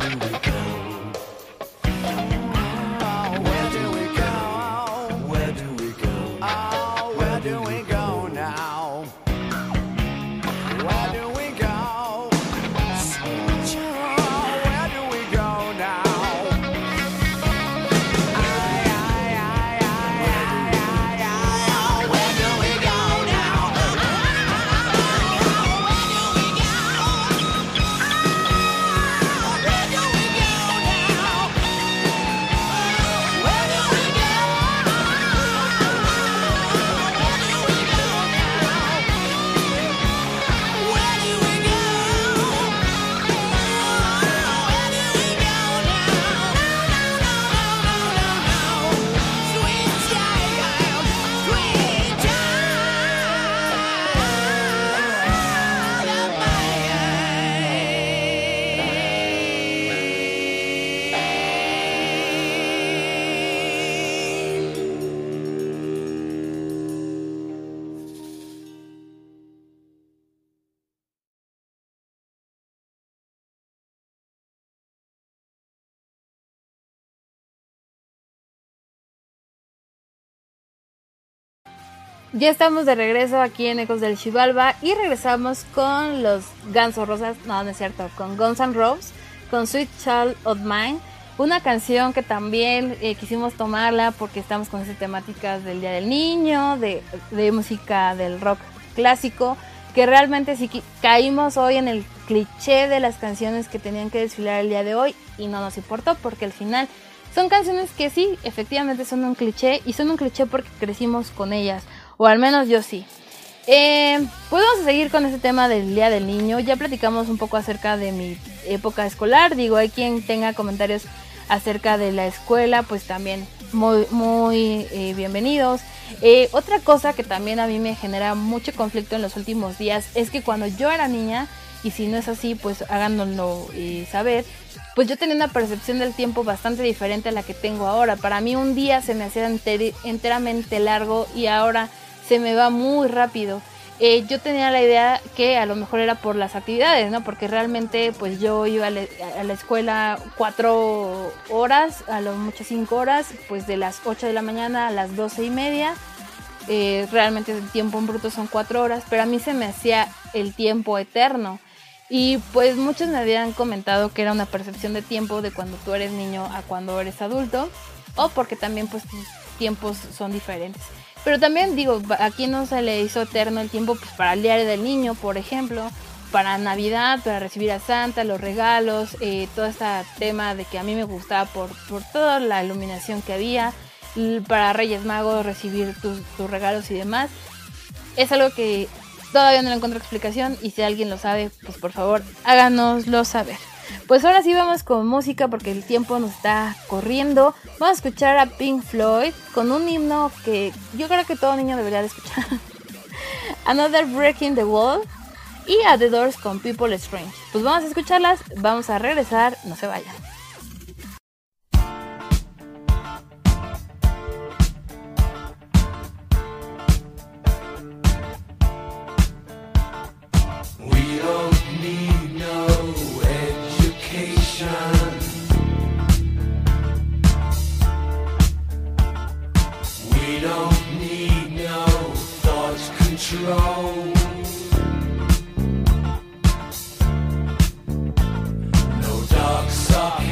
Ya estamos de regreso aquí en Ecos del Xibalba y regresamos con los Guns N' Roses, no es cierto, con Guns N' Roses, con Sweet Child of Mine, una canción que también quisimos tomarla porque estamos con esas temáticas del Día del Niño, de música del rock clásico, que realmente sí caímos hoy en el cliché de las canciones que tenían que desfilar el día de hoy y no nos importó porque al final son canciones que sí, efectivamente son un cliché y son un cliché porque crecimos con ellas. O al menos yo sí. Pues vamos a seguir con este tema del Día del Niño. Ya platicamos un poco acerca de mi época escolar. Digo, hay quien tenga comentarios acerca de la escuela, pues también muy bienvenidos. Otra cosa que también a mí me genera mucho conflicto en los últimos días es que cuando yo era niña, y si no es así, pues háganoslo saber, pues yo tenía una percepción del tiempo bastante diferente a la que tengo ahora. Para mí un día se me hacía enteramente largo y ahora se me va muy rápido. Yo tenía la idea que a lo mejor era por las actividades, ¿no? Porque realmente pues yo iba a la escuela 4 horas, a lo mucho 5 horas, pues de las 8 de la mañana a las 12:30. Realmente el tiempo en bruto son 4 horas, pero a mí se me hacía el tiempo eterno. Y pues muchos me habían comentado que era una percepción de tiempo de cuando tú eres niño a cuando eres adulto, o porque también pues tus tiempos son diferentes. Pero también digo, ¿a quién no se le hizo eterno el tiempo? Pues para el Día del Niño, por ejemplo, para Navidad, para recibir a Santa, los regalos, todo este tema de que a mí me gustaba por toda la iluminación que había, para Reyes Magos, recibir tus regalos y demás. Es algo que todavía no le encuentro explicación y si alguien lo sabe, pues por favor háganoslo saber. Pues ahora sí vamos con música porque el tiempo nos está corriendo. Vamos a escuchar a Pink Floyd con un himno que yo creo que todo niño debería de escuchar. Another Breaking the Wall y a The Doors con People Strange. Pues vamos a escucharlas, vamos a regresar, no se vayan. We don't need no education. We don't need no thought control. No dark side.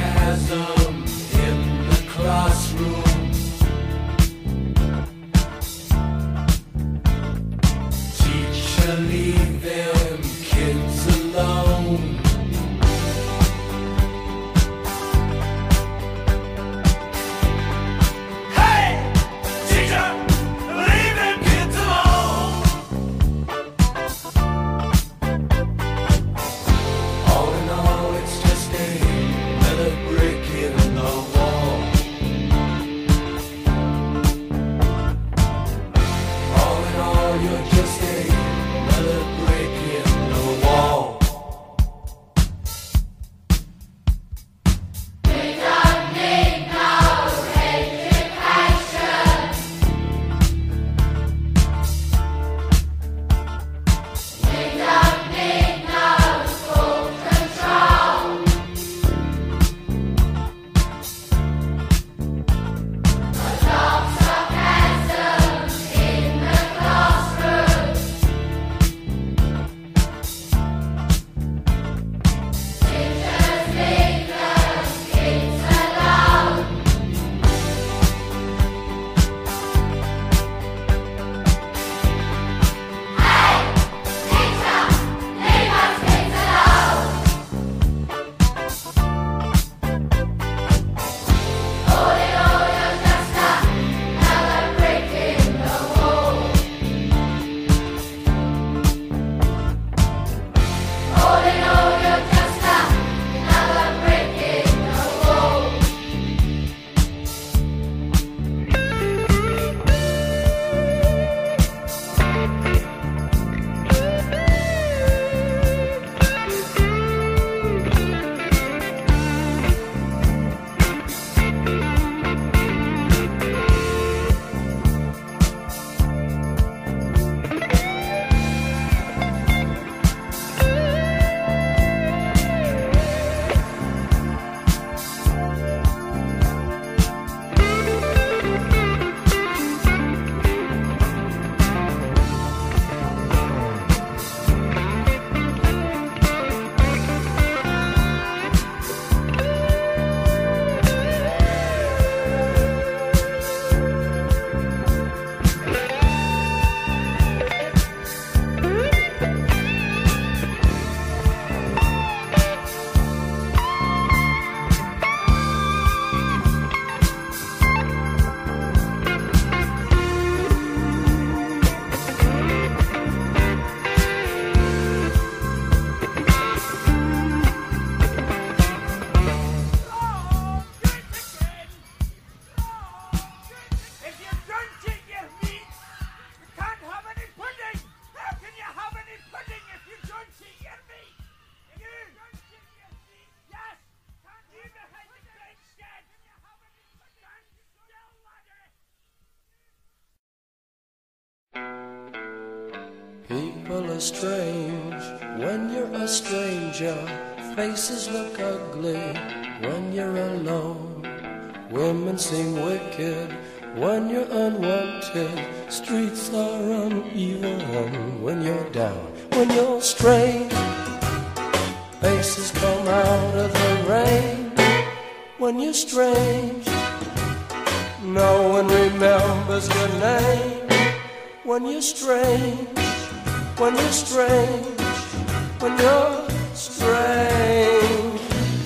is strange when you're a stranger. Faces look ugly when you're alone. Women seem wicked when you're unwanted. Streets are uneven when you're down. When you're strange, faces come out of the rain. When you're strange, no one remembers your name. When you're strange, when you're strange, when you're strange.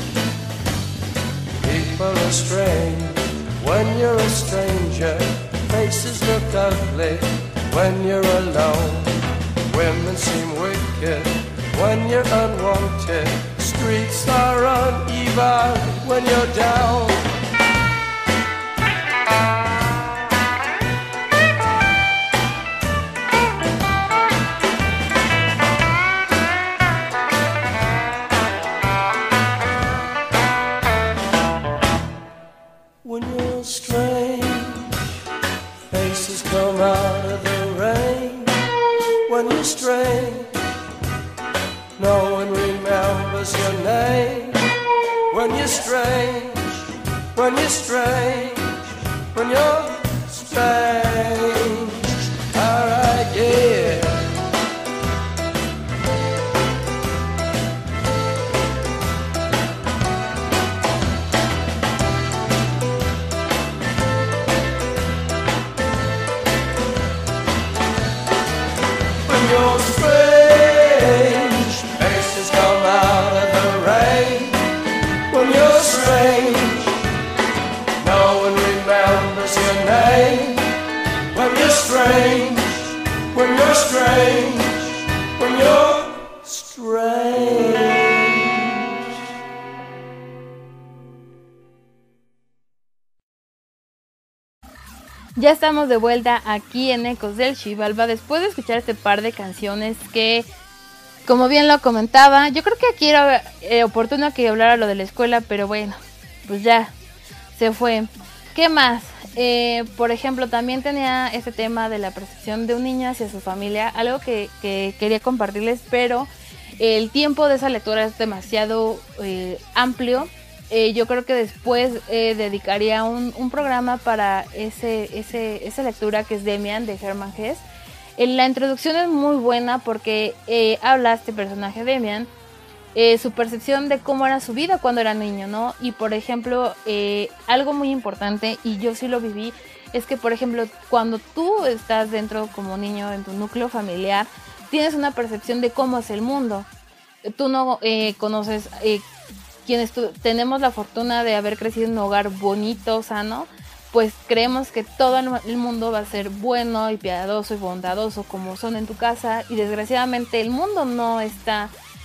People are strange when you're a stranger. Faces look ugly when you're alone. Women seem wicked when you're unwanted. Streets are uneven when you're down. When you're strange, faces come out of the rain. When you're strange, no one remembers your name. When you're strange, when you're strange, when you're strange. Alright, yeah. When you're strange, faces come out of the rain. When you're strange, no one remembers your name. When you're strange, when you're strange, when you're strange. Ya estamos de vuelta aquí en Ecos del Xibalba después de escuchar este par de canciones que, como bien lo comentaba, yo creo que aquí era oportuno que hablara lo de la escuela, pero bueno, pues ya se fue. ¿Qué más? Por ejemplo, también tenía este tema de la percepción de un niño hacia su familia, algo que quería compartirles, pero el tiempo de esa lectura es demasiado amplio. Yo creo que después dedicaría un programa para esa lectura que es Demian de Hermann Hesse. La introducción es muy buena porque habla este personaje Demian, su percepción de cómo era su vida cuando era niño, ¿no? Y por ejemplo, algo muy importante, y yo sí lo viví, es que por ejemplo, cuando tú estás dentro como niño en tu núcleo familiar, tienes una percepción de cómo es el mundo. Tú no conoces... quienes tenemos la fortuna de haber crecido en un hogar bonito, sano, pues creemos que todo el mundo va a ser bueno y piadoso y bondadoso como son en tu casa, y desgraciadamente el mundo no está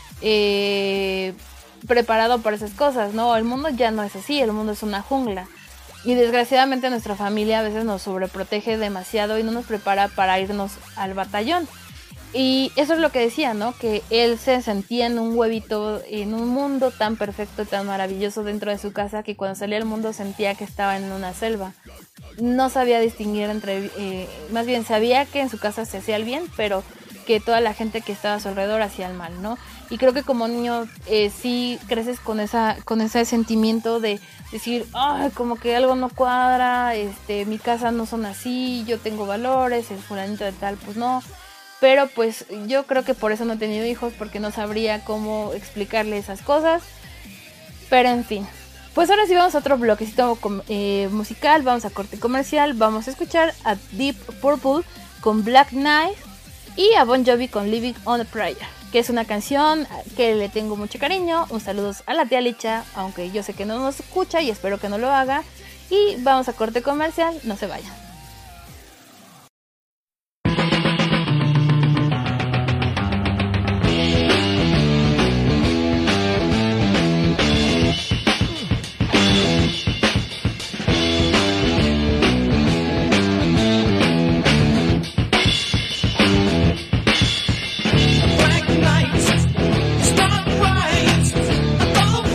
preparado para esas cosas, ¿no? El mundo ya no es así, el mundo es una jungla, y desgraciadamente nuestra familia a veces nos sobreprotege demasiado y no nos prepara para irnos al batallón. Y eso es lo que decía, ¿no? Que él se sentía en un huevito, en un mundo tan perfecto, tan maravilloso dentro de su casa, que cuando salía al mundo sentía que estaba en una selva. No sabía distinguir entre... más bien sabía que en su casa se hacía el bien, pero que toda la gente que estaba a su alrededor hacía el mal, ¿no? Y creo que como niño sí creces con ese sentimiento de decir, ay, como que algo no cuadra, mi casa no son así, yo tengo valores, el fulanito de tal, pues no... Pero pues yo creo que por eso no he tenido hijos, porque no sabría cómo explicarle esas cosas. Pero en fin, pues ahora sí vamos a otro bloquecito musical, vamos a corte comercial. Vamos a escuchar a Deep Purple con Black Knight y a Bon Jovi con Living on a Prayer, que es una canción que le tengo mucho cariño. Un saludo a la tía Licha, aunque yo sé que no nos escucha y espero que no lo haga. Y vamos a corte comercial, no se vayan.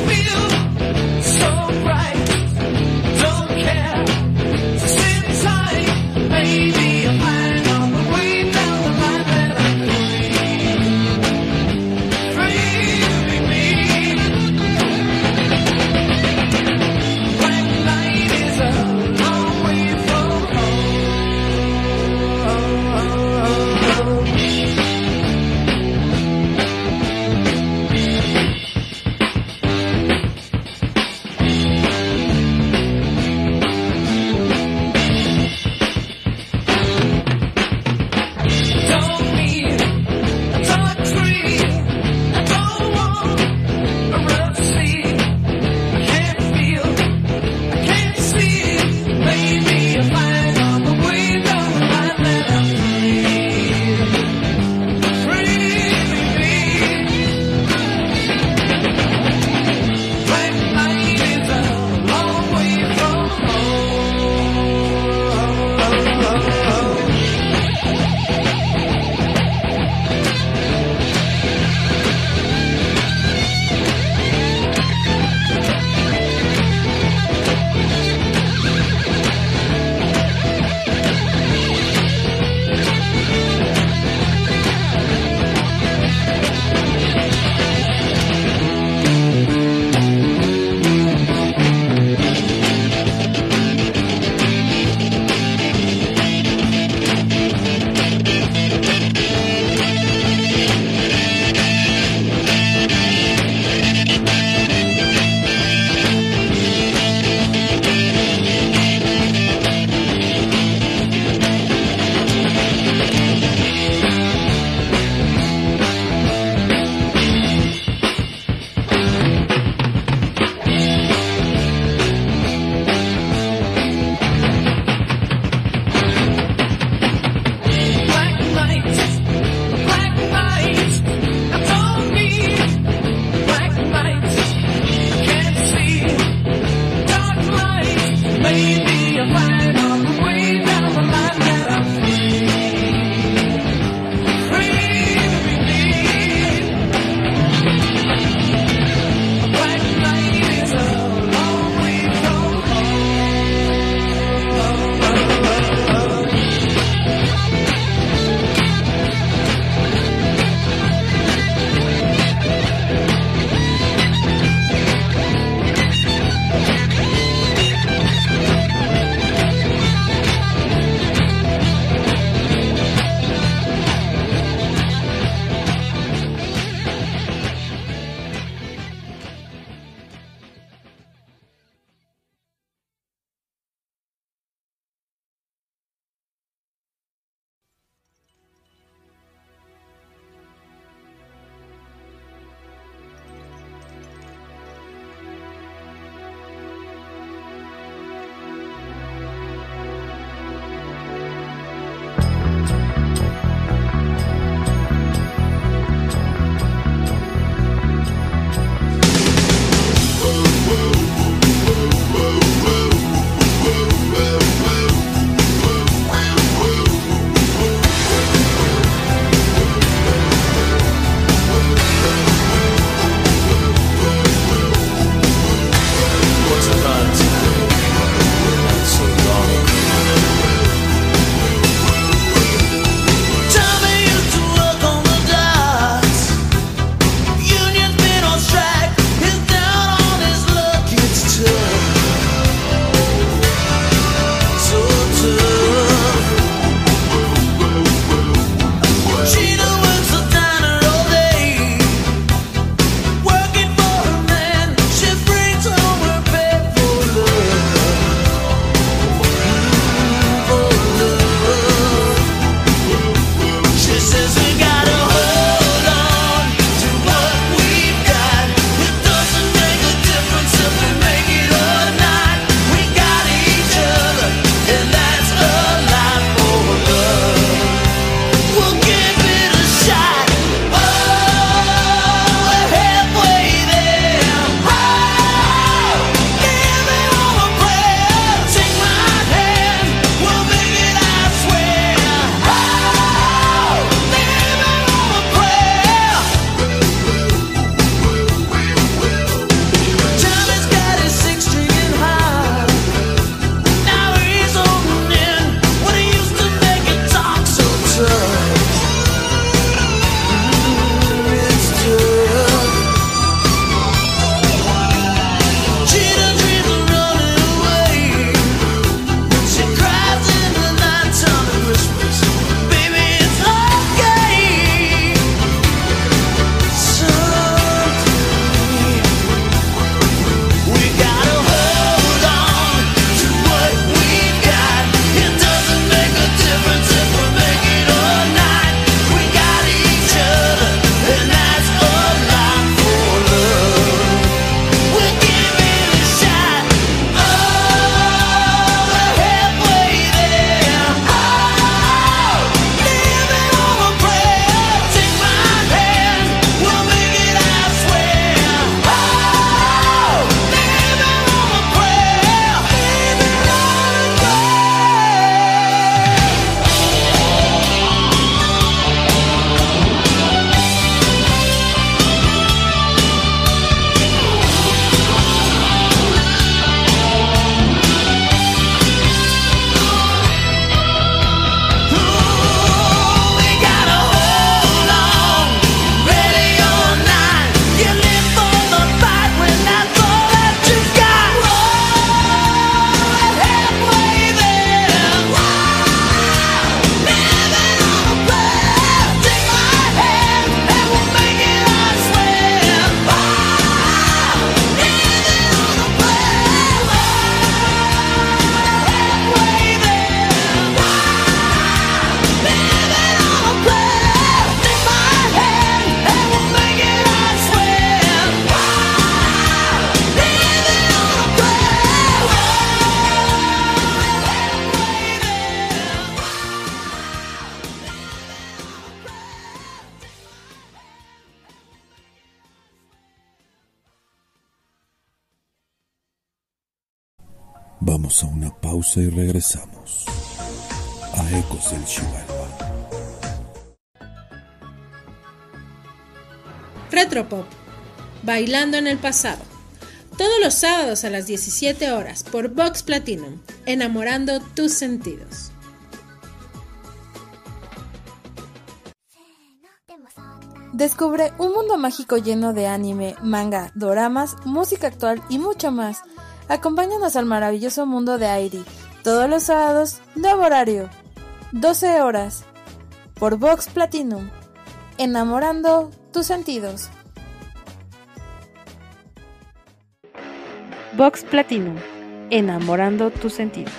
Time Vamos a una pausa y regresamos a Ecos del Chihuahua. Retropop, bailando en el pasado. Todos los sábados a las 17 horas por Vox Platinum, enamorando tus sentidos. Descubre un mundo mágico lleno de anime, manga, doramas, música actual y mucho más. Acompáñanos al maravilloso mundo de Airi, todos los sábados, nuevo horario, 12 horas, por Vox Platinum, enamorando tus sentidos. Vox Platinum, enamorando tus sentidos.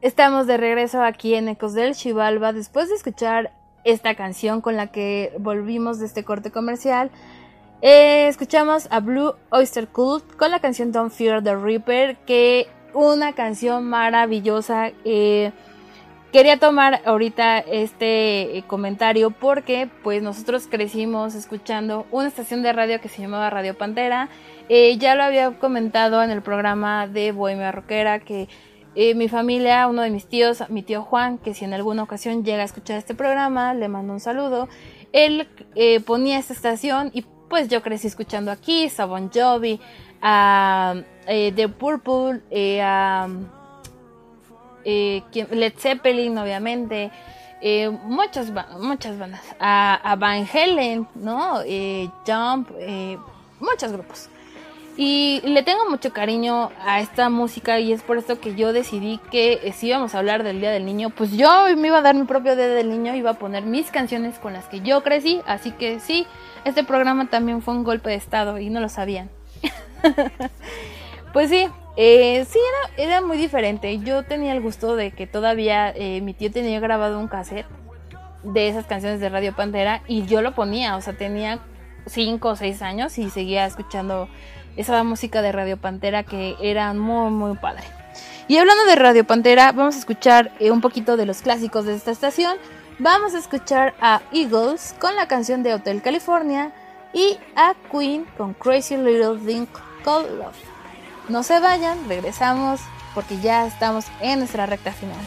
Estamos de regreso aquí en Ecos del Xibalba después de escuchar esta canción con la que volvimos de este corte comercial. Escuchamos a Blue Oyster Cult con la canción Don't Fear the Reaper, que una canción maravillosa. Quería tomar ahorita este comentario porque pues nosotros crecimos escuchando una estación de radio que se llamaba Radio Pantera. Ya lo había comentado en el programa de Bohemia Rockera que mi familia, uno de mis tíos, mi tío Juan, que si en alguna ocasión llega a escuchar este programa, le mando un saludo. Él ponía esta estación y pues yo crecí escuchando aquí a Bon Jovi, a The Purple, a Led Zeppelin, obviamente, muchas bandas, a Van Halen, ¿no? Jump, muchos grupos. Y le tengo mucho cariño a esta música y es por esto que yo decidí que si íbamos a hablar del Día del Niño, pues yo me iba a dar mi propio Día del Niño, iba a poner mis canciones con las que yo crecí, así que sí, este programa también fue un golpe de estado y no lo sabían. Pues sí, era muy diferente. Yo tenía el gusto de que todavía mi tío tenía grabado un cassette de esas canciones de Radio Pantera y yo lo ponía, o sea, tenía 5 o 6 años y seguía escuchando esa música de Radio Pantera que era muy muy padre. Y hablando de Radio Pantera, vamos a escuchar un poquito de los clásicos de esta estación. Vamos a escuchar a Eagles con la canción de Hotel California y a Queen con Crazy Little Thing Called Love. No se vayan, regresamos porque ya estamos en nuestra recta final.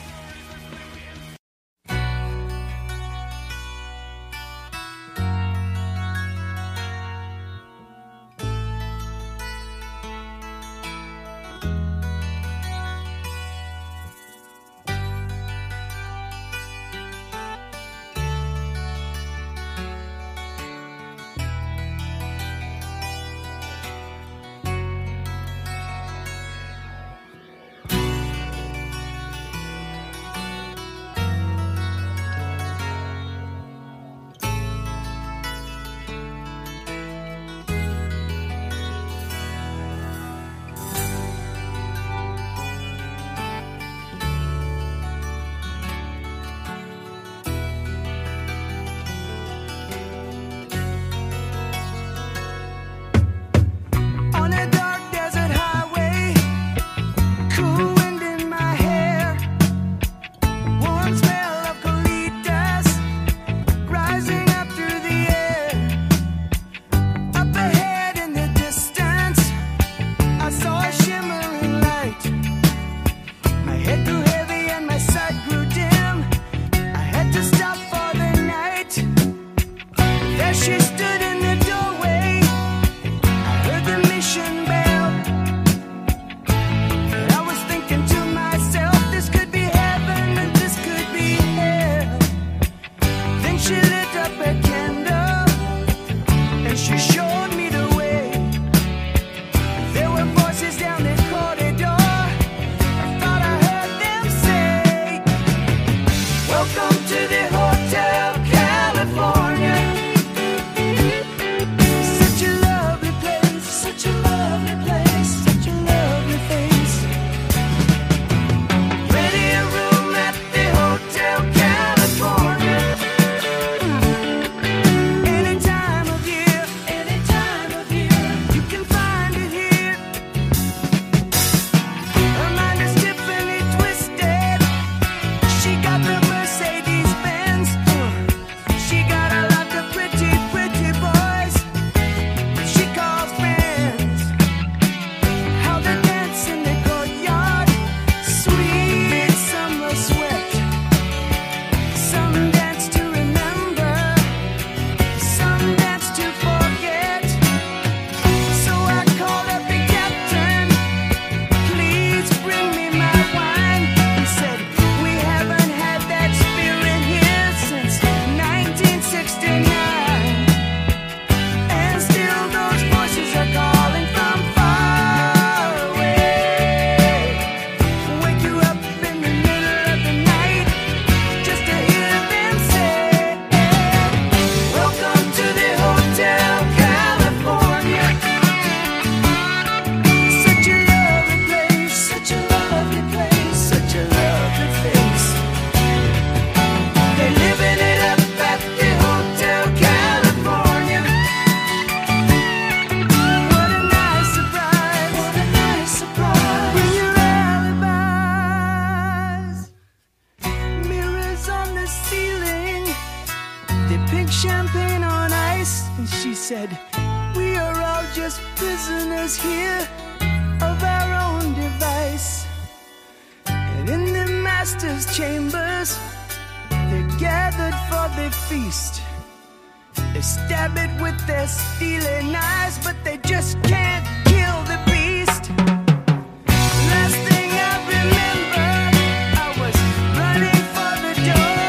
And she said, we are all just prisoners here of our own device. And in the master's chambers, they're gathered for the feast. They stab it with their steely knives, but they just can't kill the beast. Last thing I remember, I was running for the door.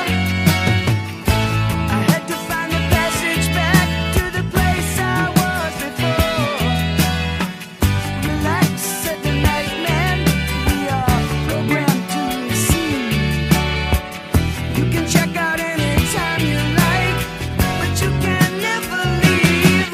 I had to find the passage back to the place I was before. Relax, said the night man, we are programmed to receive. You can check out anytime you like, but you can never leave.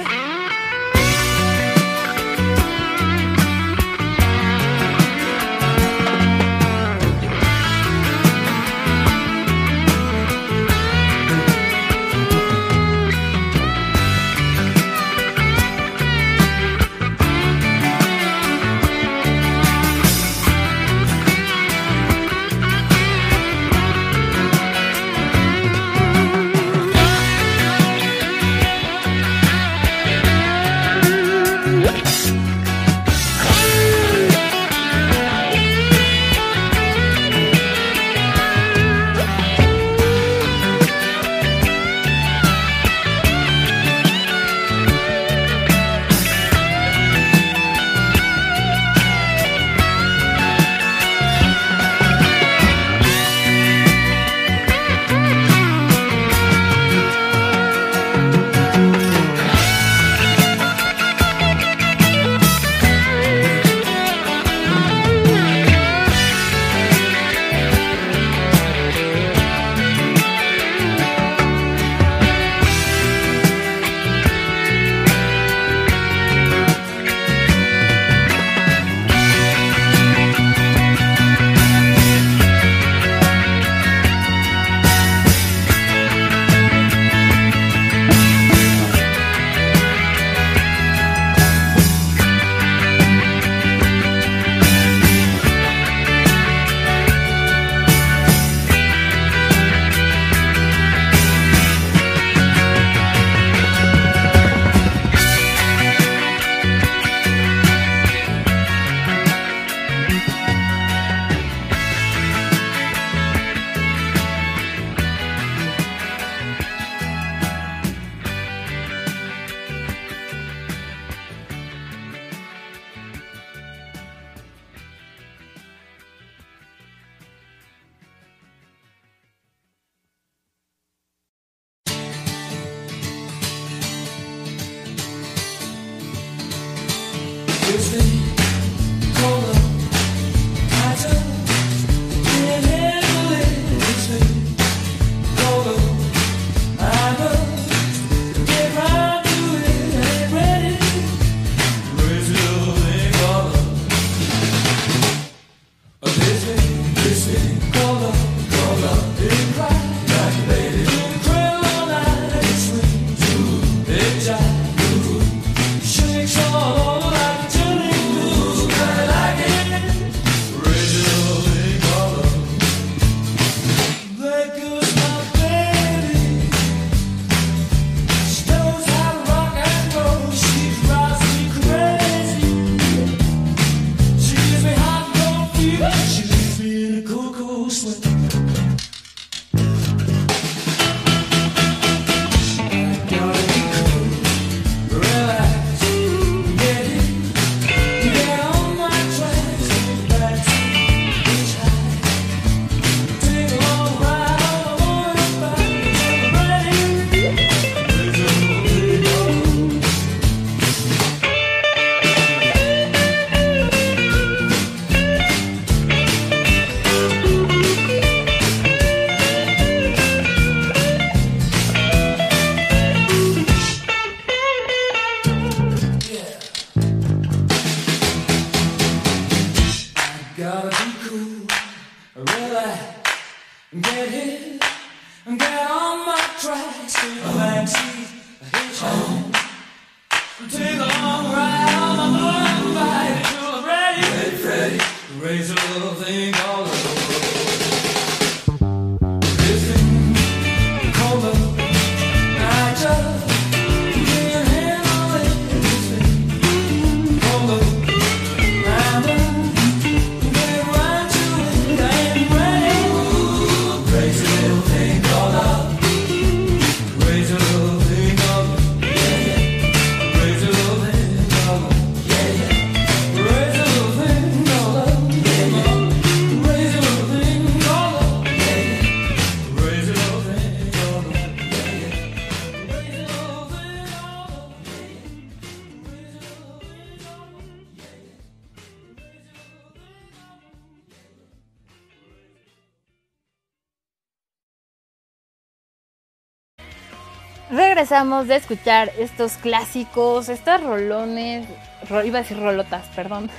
Regresamos de escuchar estos clásicos, estas rolones, iba a decir rolotas, perdón.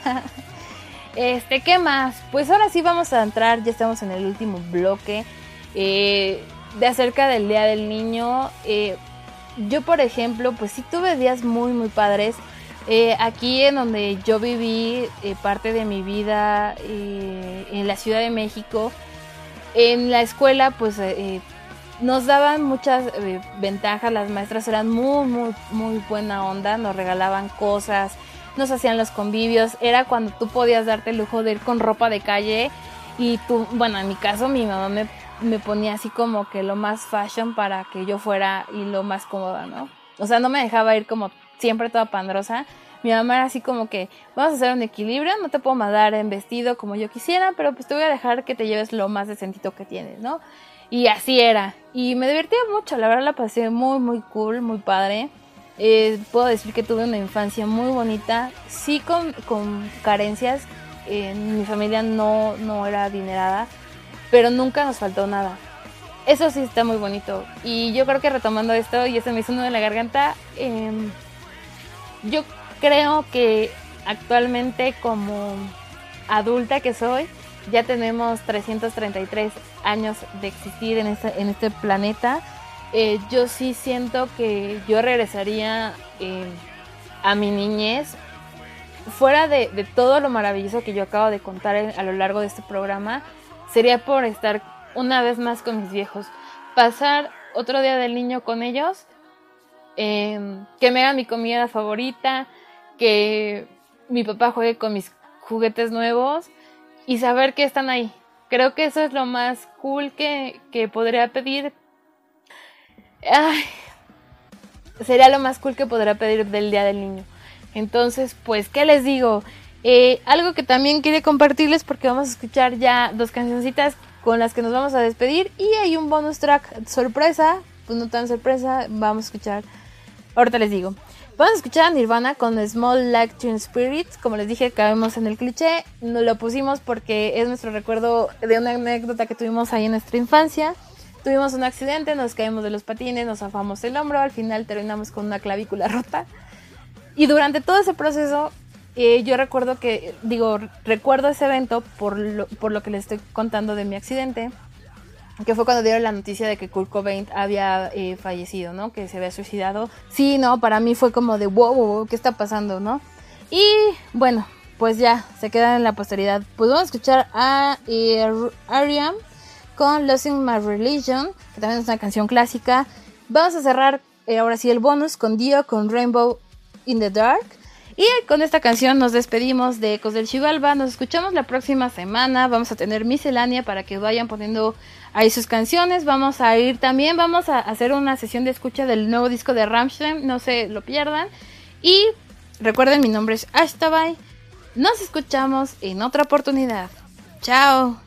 ¿Qué más? Pues ahora sí vamos a entrar, ya estamos en el último bloque de acerca del Día del Niño. Yo, por ejemplo, pues sí tuve días muy, muy padres. Aquí en donde yo viví parte de mi vida, en la Ciudad de México, en la escuela, pues nos daban muchas ventajas. Las maestras eran muy, muy, muy buena onda, nos regalaban cosas, nos hacían los convivios. Era cuando tú podías darte el lujo de ir con ropa de calle y tú, bueno, en mi caso mi mamá me ponía así como que lo más fashion para que yo fuera y lo más cómoda, ¿no? O sea, no me dejaba ir como siempre toda pandrosa. Mi mamá era así como que vamos a hacer un equilibrio, no te puedo mandar en vestido como yo quisiera, pero pues te voy a dejar que te lleves lo más decentito que tienes, ¿no? Y así era. Y me divertía mucho, la verdad la pasé muy, muy cool, muy padre. Puedo decir que tuve una infancia muy bonita, sí con carencias. Mi familia no era adinerada, pero nunca nos faltó nada. Eso sí está muy bonito. Y yo creo que retomando esto, y eso me hizo un nudo en la garganta, yo creo que actualmente como adulta que soy, ya tenemos 333 años de existir en este planeta. Yo sí siento que yo regresaría a mi niñez. Fuera de todo lo maravilloso que yo acabo de contar a lo largo de este programa, sería por estar una vez más con mis viejos. Pasar otro día del niño con ellos, que me hagan mi comida favorita, que mi papá juegue con mis juguetes nuevos y saber que están ahí. Creo que eso es lo más cool que podría pedir. Sería lo más cool que podría pedir del Día del Niño. Entonces, pues, ¿qué les digo? Algo que también quería compartirles, porque vamos a escuchar ya 2 cancioncitas con las que nos vamos a despedir, y hay un bonus track sorpresa, pues no tan sorpresa, vamos a escuchar, ahorita les digo. Vamos a escuchar a Nirvana con Smell Like Teen Spirit. Como les dije, cabemos en el cliché. Nos lo pusimos porque es nuestro recuerdo de una anécdota que tuvimos ahí en nuestra infancia. Tuvimos un accidente, nos caímos de los patines, nos zafamos el hombro, al final terminamos con una clavícula rota. Y durante todo ese proceso, yo recuerdo ese evento por lo que les estoy contando de mi accidente, que fue cuando dieron la noticia de que Kurt Cobain había fallecido, ¿no? Que se había suicidado. Sí, no, para mí fue como de wow, ¿qué está pasando, no? Y bueno, pues ya, se quedan en la posteridad. Pues vamos a escuchar a R.E.M. con Losing My Religion, que también es una canción clásica. Vamos a cerrar ahora sí el bonus con Dio, con Rainbow in the Dark. Y con esta canción nos despedimos de Ecos del Xibalba. Nos escuchamos la próxima semana. Vamos a tener miscelánea para que vayan poniendo ahí sus canciones. Vamos a hacer una sesión de escucha del nuevo disco de Rammstein. No se lo pierdan. Y recuerden, mi nombre es Ashtabay. Nos escuchamos en otra oportunidad. Chao.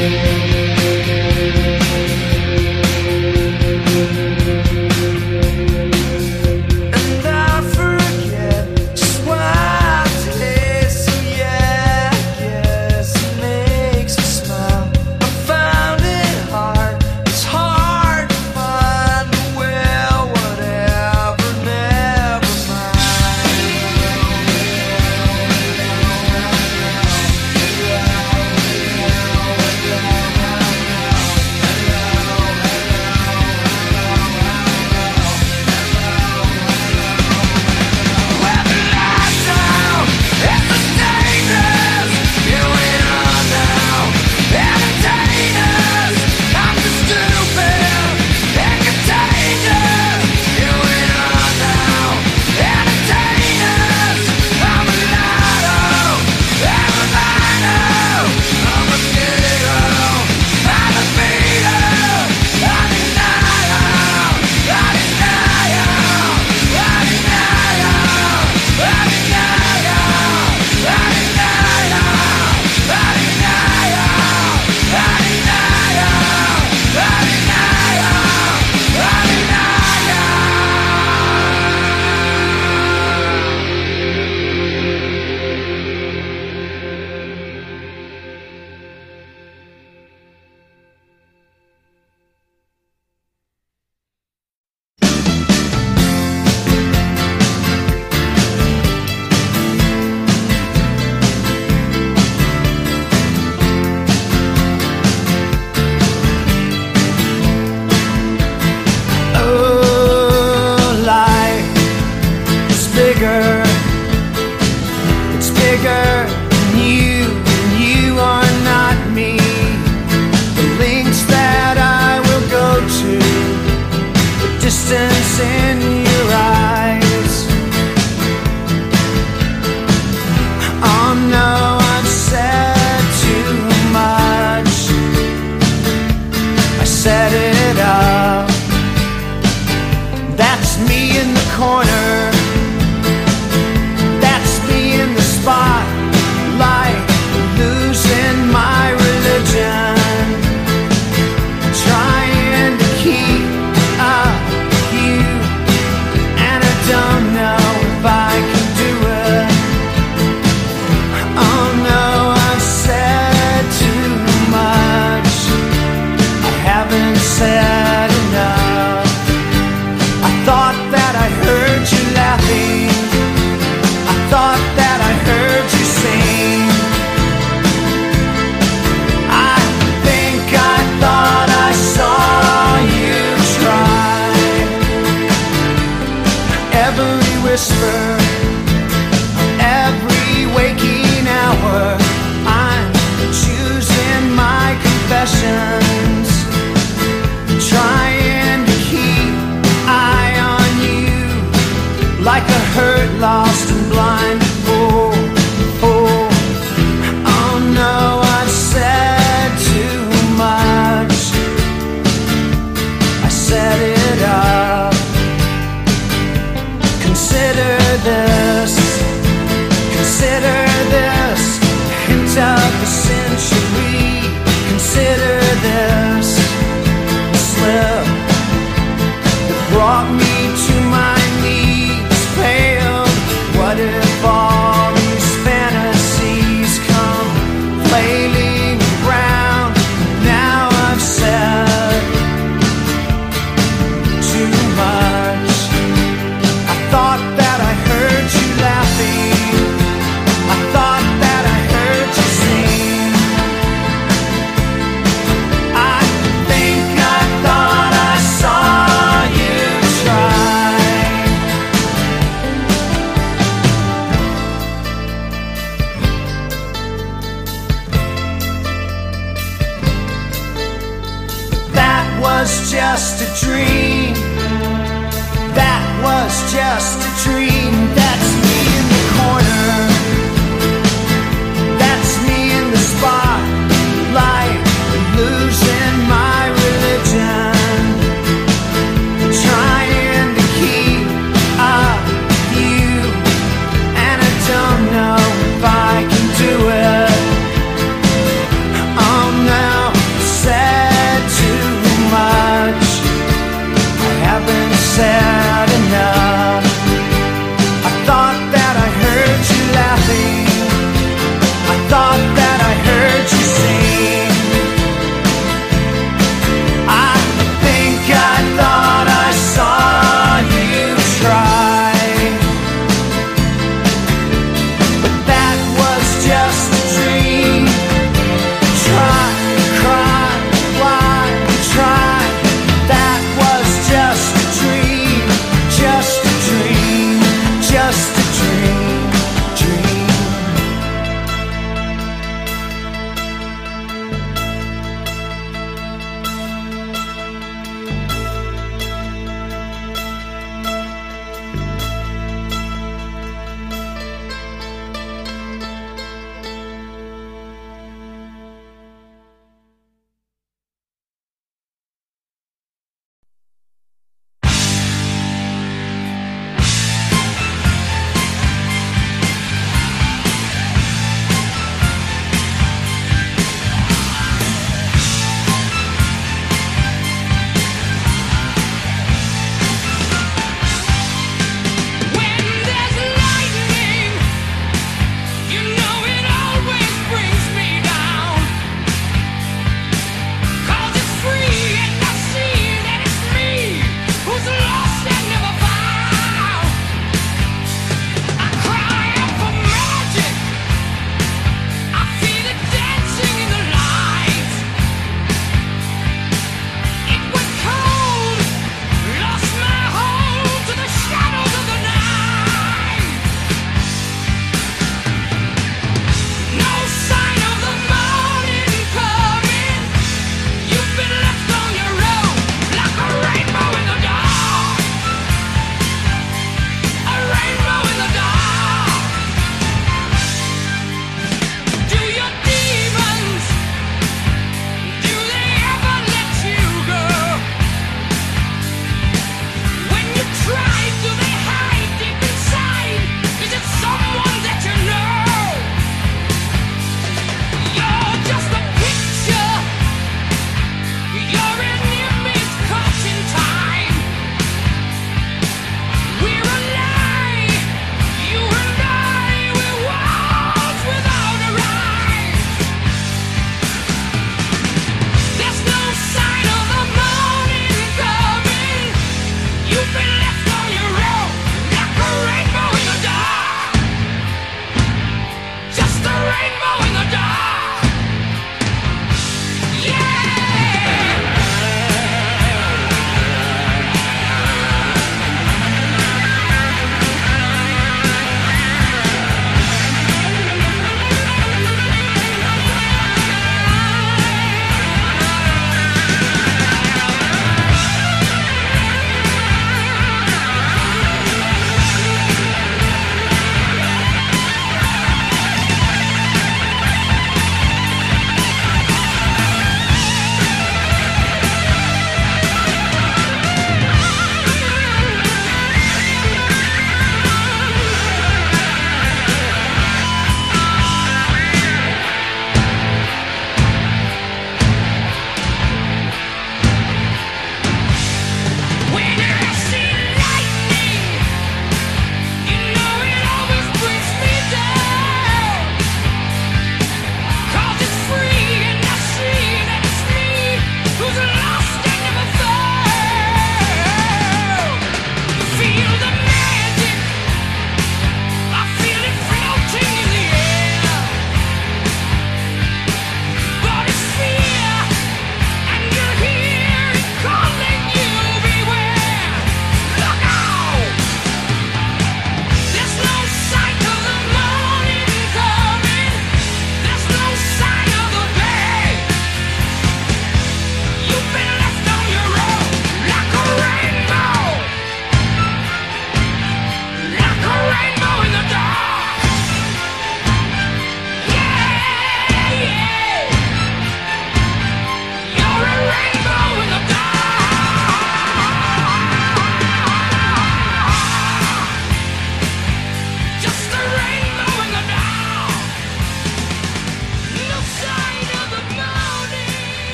Now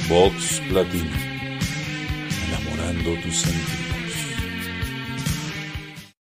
Vox Platinum, enamorando tus sentidos.